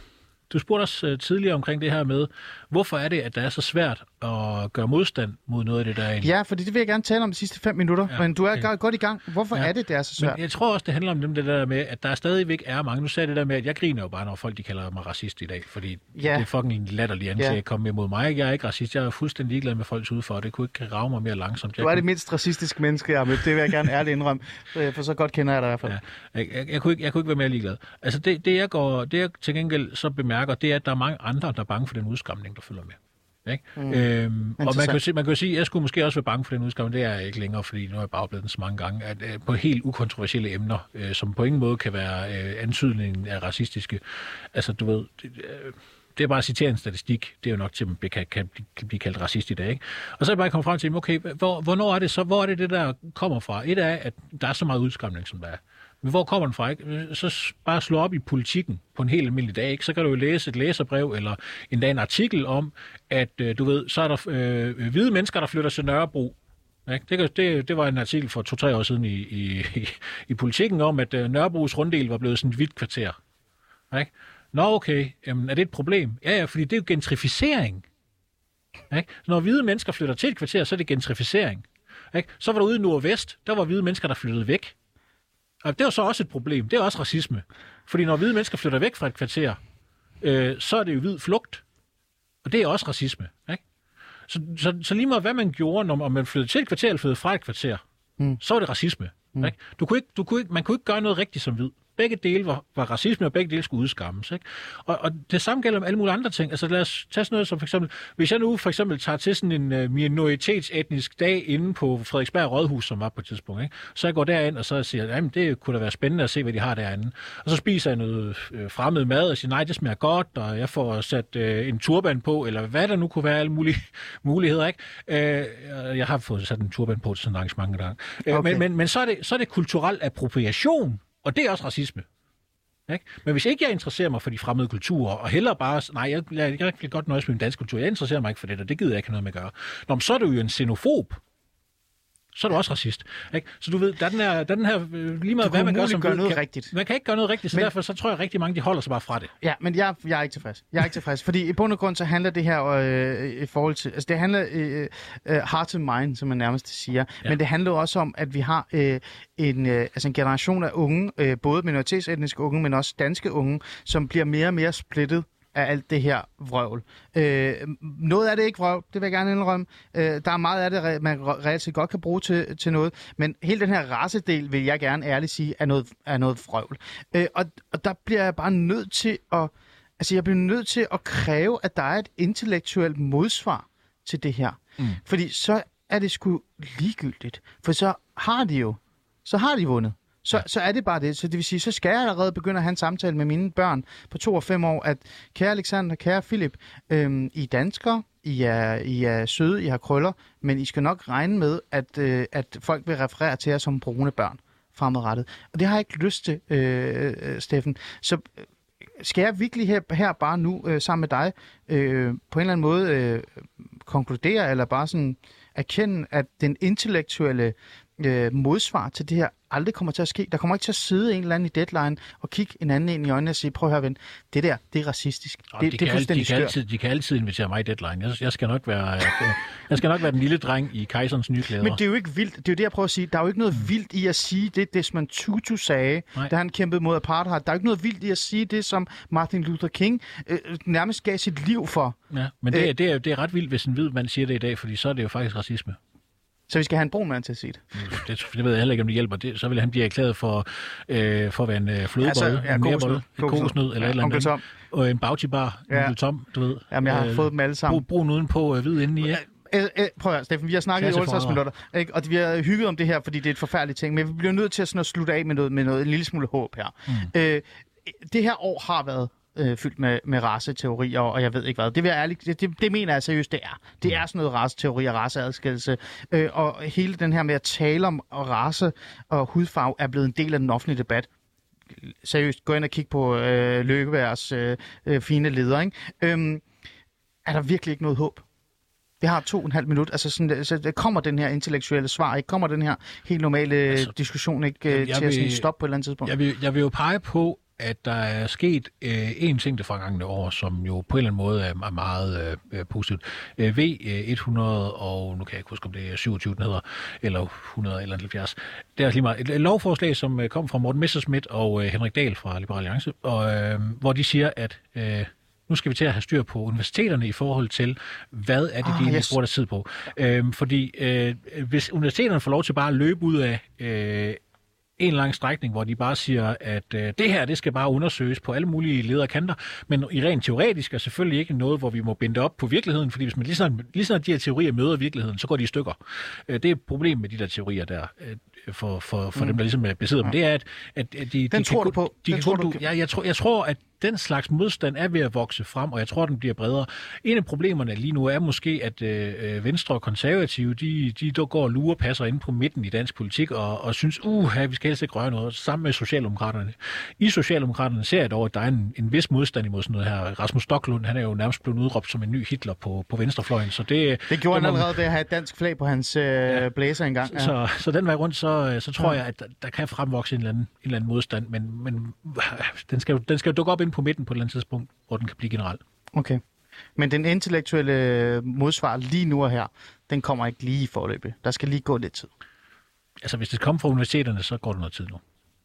Du spurgte os uh, tidligere omkring det her med, hvorfor er det, at det er så svært at gøre modstand mod noget af det, der er egentlig? Ja, fordi det vil jeg gerne tale om de sidste fem minutter, ja, men du er okay. godt i gang. Hvorfor ja. er det, det er så svært? Men jeg tror også, det handler om dem, det der med, at der stadigvæk er mange. Nu sagde det der med, at jeg griner jo bare, når folk de kalder mig racist i dag, fordi ja. det er fucking latterligt antage ja. at komme imod mig. Jeg er ikke racist, jeg er fuldstændig ligeglad med folks udfor, det kunne ikke rave mig mere langsomt. Jeg du er kunne... det mindst racistiske menneske, jeg har mødt. Det vil jeg gerne ærligt indrømme, for så godt kender jeg dig i hvert fald. Ja. Jeg, jeg, jeg, kunne ikke, jeg kunne ikke være mere ligeglad. Altså det, det, jeg går, det jeg til gengæld så bemærker, det er, at der er mange andre, der er bange for den udskamning, der følger med. Ikke? Mm. Øhm, og man kan, jo sige, man kan jo sige, at jeg skulle måske også være bange for den udskamning. Det er jeg ikke længere, fordi nu er jeg bare blevet den så mange gange, at øh, på helt ukontroversielle emner, øh, som på ingen måde kan være øh, antydningen af racistiske. Altså, du ved, det, øh, det er bare at citere en statistik. Det er jo nok til, at man kan, kan, kan blive kaldt racist i dag. Ikke? Og så er jeg bare kommet frem til, okay, hvor, hvornår er det så? Hvor er det det, der kommer fra? Et er, at der er så meget udskamning, som der er. Men hvor kommer den fra? Ikke? Så bare slå op i politikken på en helt almindelig dag. Ikke? Så kan du jo læse et læserbrev eller endda en artikel om, at du ved, så er der øh, hvide mennesker, der flytter til Nørrebro. Ikke? Det, det, det var en artikel for to-tre år siden i, i, i, i politikken om, at øh, Nørrebros runddel var blevet sådan et hvidt kvarter. Ikke? Nå okay, jamen, er det et problem? Ja, ja, fordi det er jo gentrificering. Ikke? Så når hvide mennesker flytter til et kvarter, så er det gentrificering. Ikke? Så var der ude i Nordvest, der var hvide mennesker, der flyttede væk. Og det er så også et problem. Det er også racisme. Fordi når hvide mennesker flytter væk fra et kvarter, øh, så er det jo hvid flugt. Og det er også racisme. Ikke? Så, så, så lige meget hvad man gjorde, når man flyttede til et kvarter eller flyttede fra et kvarter, mm. så var det racisme. Mm. Ikke? Du kunne ikke, du kunne ikke, man kunne ikke gøre noget rigtigt som hvid. Begge dele var, var racisme, og begge dele skulle udskammes. Ikke? Og, og det samme gælder om alle mulige andre ting. Altså lad os tage sådan noget som for eksempel, hvis jeg nu for eksempel tager til sådan en uh, minoritetsetnisk dag inde på Frederiksberg Rådhus, som var på et tidspunkt, ikke? Så jeg går derind og så siger, jamen det kunne da være spændende at se, hvad de har derinde. Og så spiser jeg noget øh, fremmed mad og siger, nej, det smager godt, og jeg får sat øh, en turban på, eller hvad der nu kunne være alle mulige muligheder. Ikke? Øh, jeg har fået sat en turban på til sådan en arrangement der. Øh, okay. Men, men, men så, er det, så er det kulturel appropriation. Og det er også racisme. Ikke? Men hvis ikke jeg interesserer mig for de fremmede kulturer, og heller bare, nej, jeg, jeg, jeg kan godt nøjes med min danske kultur, jeg interesserer mig ikke for det, og det gider jeg ikke have noget med at gøre. Nå, så er du jo en xenofob. så er du også racist. Ikke? Så du ved, der er den her, der er den her lige meget, hvad man gør som gøre noget kan, rigtigt. Man kan ikke gøre noget rigtigt, så men, derfor så tror jeg rigtig mange, de holder sig bare fra det. Ja, men jeg, jeg er ikke tilfreds. Jeg er ikke tilfreds, fordi i bund og grund så handler det her øh, i forhold til, altså det handler øh, øh, heart and mind, som man nærmest siger, ja. Men det handler også om, at vi har øh, en, øh, altså en generation af unge, øh, både minoritetsetniske unge, men også danske unge, som bliver mere og mere splittet af alt det her vrøvl. Øh, noget af det er ikke vrøvl, det vil jeg gerne indrømme. Øh, der er meget af det, man reelt set godt kan bruge til, til noget, men hele den her racedel vil jeg gerne ærligt sige, er noget, er noget vrøvl. Øh, og, og der bliver jeg bare nødt til at, altså jeg bliver nødt til at kræve, at der er et intellektuelt modsvar til det her. Mm. Fordi så er det sgu ligegyldigt. For så har de jo, så har de vundet. Så, så er det bare det. Så det vil sige, så skal jeg allerede begynde at have en samtale med mine børn på to og fem år, at kære Alexander, kære Philip, øhm, I er danskere, I er, I er søde, I har krøller, men I skal nok regne med, at, øh, at folk vil referere til jer som brune børn fremadrettet. Og det har jeg ikke lyst til, øh, øh, Steffen. Så skal jeg virkelig her, her bare nu øh, sammen med dig øh, på en eller anden måde øh, konkludere, eller bare sådan erkende, at den intellektuelle øh, modsvar til det her aldrig kommer til at ske. Der kommer ikke til at sidde en eller anden i Deadline og kigge en anden ind i øjnene og sige, prøv at høre ven, det der, det er racistisk. Og det, de, det er fuldstændig de, kan altid, de kan altid invitere mig i Deadline. Jeg, jeg, skal nok være, jeg skal nok være den lille dreng i kejserens nye klæder. Men det er jo ikke vildt. Det er jo det, jeg prøver at sige. Der er jo ikke noget mm. vildt i at sige det, Desmond Tutu sagde, Nej. da han kæmpede mod apartheid. Der er jo ikke noget vildt i at sige det, som Martin Luther King øh, nærmest gav sit liv for. Ja, men det, øh, er, det, er, det er ret vildt, hvis en hvid mand siger det i dag, fordi så er det jo faktisk racisme. Så vi skal have en brun mand til at sige det. Det, det ved jeg heller ikke, om det hjælper. Det, så vil han blive erklæret for, øh, for at være en øh, flødebolle, altså, ja, en merbolle, en kokosnød eller ja, et eller andet. Tom. Og en Bounty-bar, ja. Onkel Tom, du ved. Jamen, jeg har øh, fået dem alle sammen. Brug, brun udenpå, øh, hvid indeni, ja. Æ, æ, prøv at høre, Steffen, vi har snakket i otteogtres minutter, ikke? Og vi har hygget om det her, fordi det er et forfærdeligt ting, men vi bliver nødt til at, sådan at slutte af med noget, med noget, en lille smule håb her. Mm. Æ, det her år har været øh, fyldt med, med raceteorier, og jeg ved ikke hvad. Det, vil jeg ærligt, det, det, det mener jeg seriøst, det er. Det er sådan noget raceteori og raceadskillelse. Øh, og hele den her med at tale om race og hudfarve er blevet en del af den offentlige debat. Seriøst, gå ind og kig på øh, Løkkebergs øh, øh, fine leder, ikke? Øhm, er der virkelig ikke noget håb? Det har to og en halv minut. Altså sådan, så der kommer den her intellektuelle svar, ikke? Kommer den her helt normale altså, diskussion ikke jeg, jeg til vil, at stoppe på et eller andet tidspunkt? Jeg vil, jeg vil jo pege på, at der er sket øh, en ting det forgangne år, som jo på en eller anden måde er, er meget øh, positivt. Øh, V hundrede, og nu kan jeg ikke huske, om det er syvogtyve, den hedder, eller hundrede eller halvfjerds. Det er lige meget. Et, et lovforslag, som øh, kom fra Morten Messerschmidt og øh, Henrik Dahl fra Liberal Alliance, og, øh, hvor de siger, at øh, nu skal vi til at have styr på universiteterne i forhold til, hvad er det, de oh, yes. bruger der tid på. Øh, fordi øh, hvis universiteterne får lov til bare at løbe ud af øh, en lang strækning, hvor de bare siger, at øh, det her, det skal bare undersøges på alle mulige lederkanter, men i rent teoretisk er selvfølgelig ikke noget, hvor vi må binde op på virkeligheden, fordi hvis man lige sådan, lige sådan de her teorier møder virkeligheden, så går de i stykker. Øh, det er et problem med de der teorier der, øh, for, for, for mm. dem, der ligesom besidder dem. Det er, at, at de, de, den de tror kan, du på? De den kan, tror du? Ja, jeg tror, jeg tror, at den slags modstand er ved at vokse frem, og jeg tror, den bliver bredere. En af problemerne lige nu er måske, at øh, Venstre og Konservative, de, de der går og lurer passer inde på midten i dansk politik, og, og synes, uh, vi skal helst ikke røre noget, sammen med Socialdemokraterne. I Socialdemokraterne ser jeg dog, at der er en, en vis modstand imod sådan noget her. Rasmus Stocklund, han er jo nærmest blevet udråbt som en ny Hitler på, på venstrefløjen, så det... Det gjorde han allerede ved at have et dansk flag på hans øh, ja. blæser engang. Ja. Så, så den vej rundt, så, så tror ja. jeg, at der, der kan fremvokse en eller anden, en eller anden modstand, men, men den skal, den skal dukke op ind på midten på et eller andet tidspunkt, hvor den kan blive generelt. Okay. Men den intellektuelle modsvar lige nu og her, den kommer ikke lige i forløbet. Der skal lige gå lidt tid. Altså, hvis det kommer fra universiteterne, så går det noget tid nu.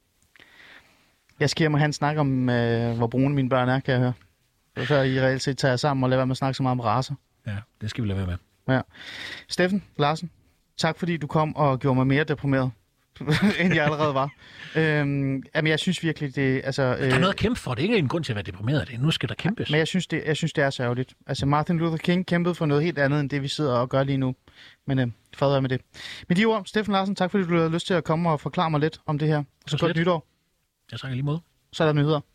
Jeg skal hjem og have en snak om, øh, hvor brune mine børn er, kan jeg høre. Så I reelt set tager sammen og lader være med at snakke så meget om racer. Ja, det skal vi lade være med. Ja. Steffen Larsen, tak fordi du kom og gjorde mig mere deprimeret, end jeg allerede var. øhm, jamen, jeg synes virkelig, det... Altså, øh, der er noget at kæmpe for. Det er ikke en grund til at være deprimeret af det. Nu skal der kæmpes. Men jeg synes, det, jeg synes, det er sørgeligt. Altså, Martin Luther King kæmpede for noget helt andet, end det, vi sidder og gør lige nu. Men øh, fred være med det. Med de ord, Steffen Larsen, tak fordi du havde lyst til at komme og forklare mig lidt om det her. Så godt nytår. Jeg takker lige mod. Så er der nyheder.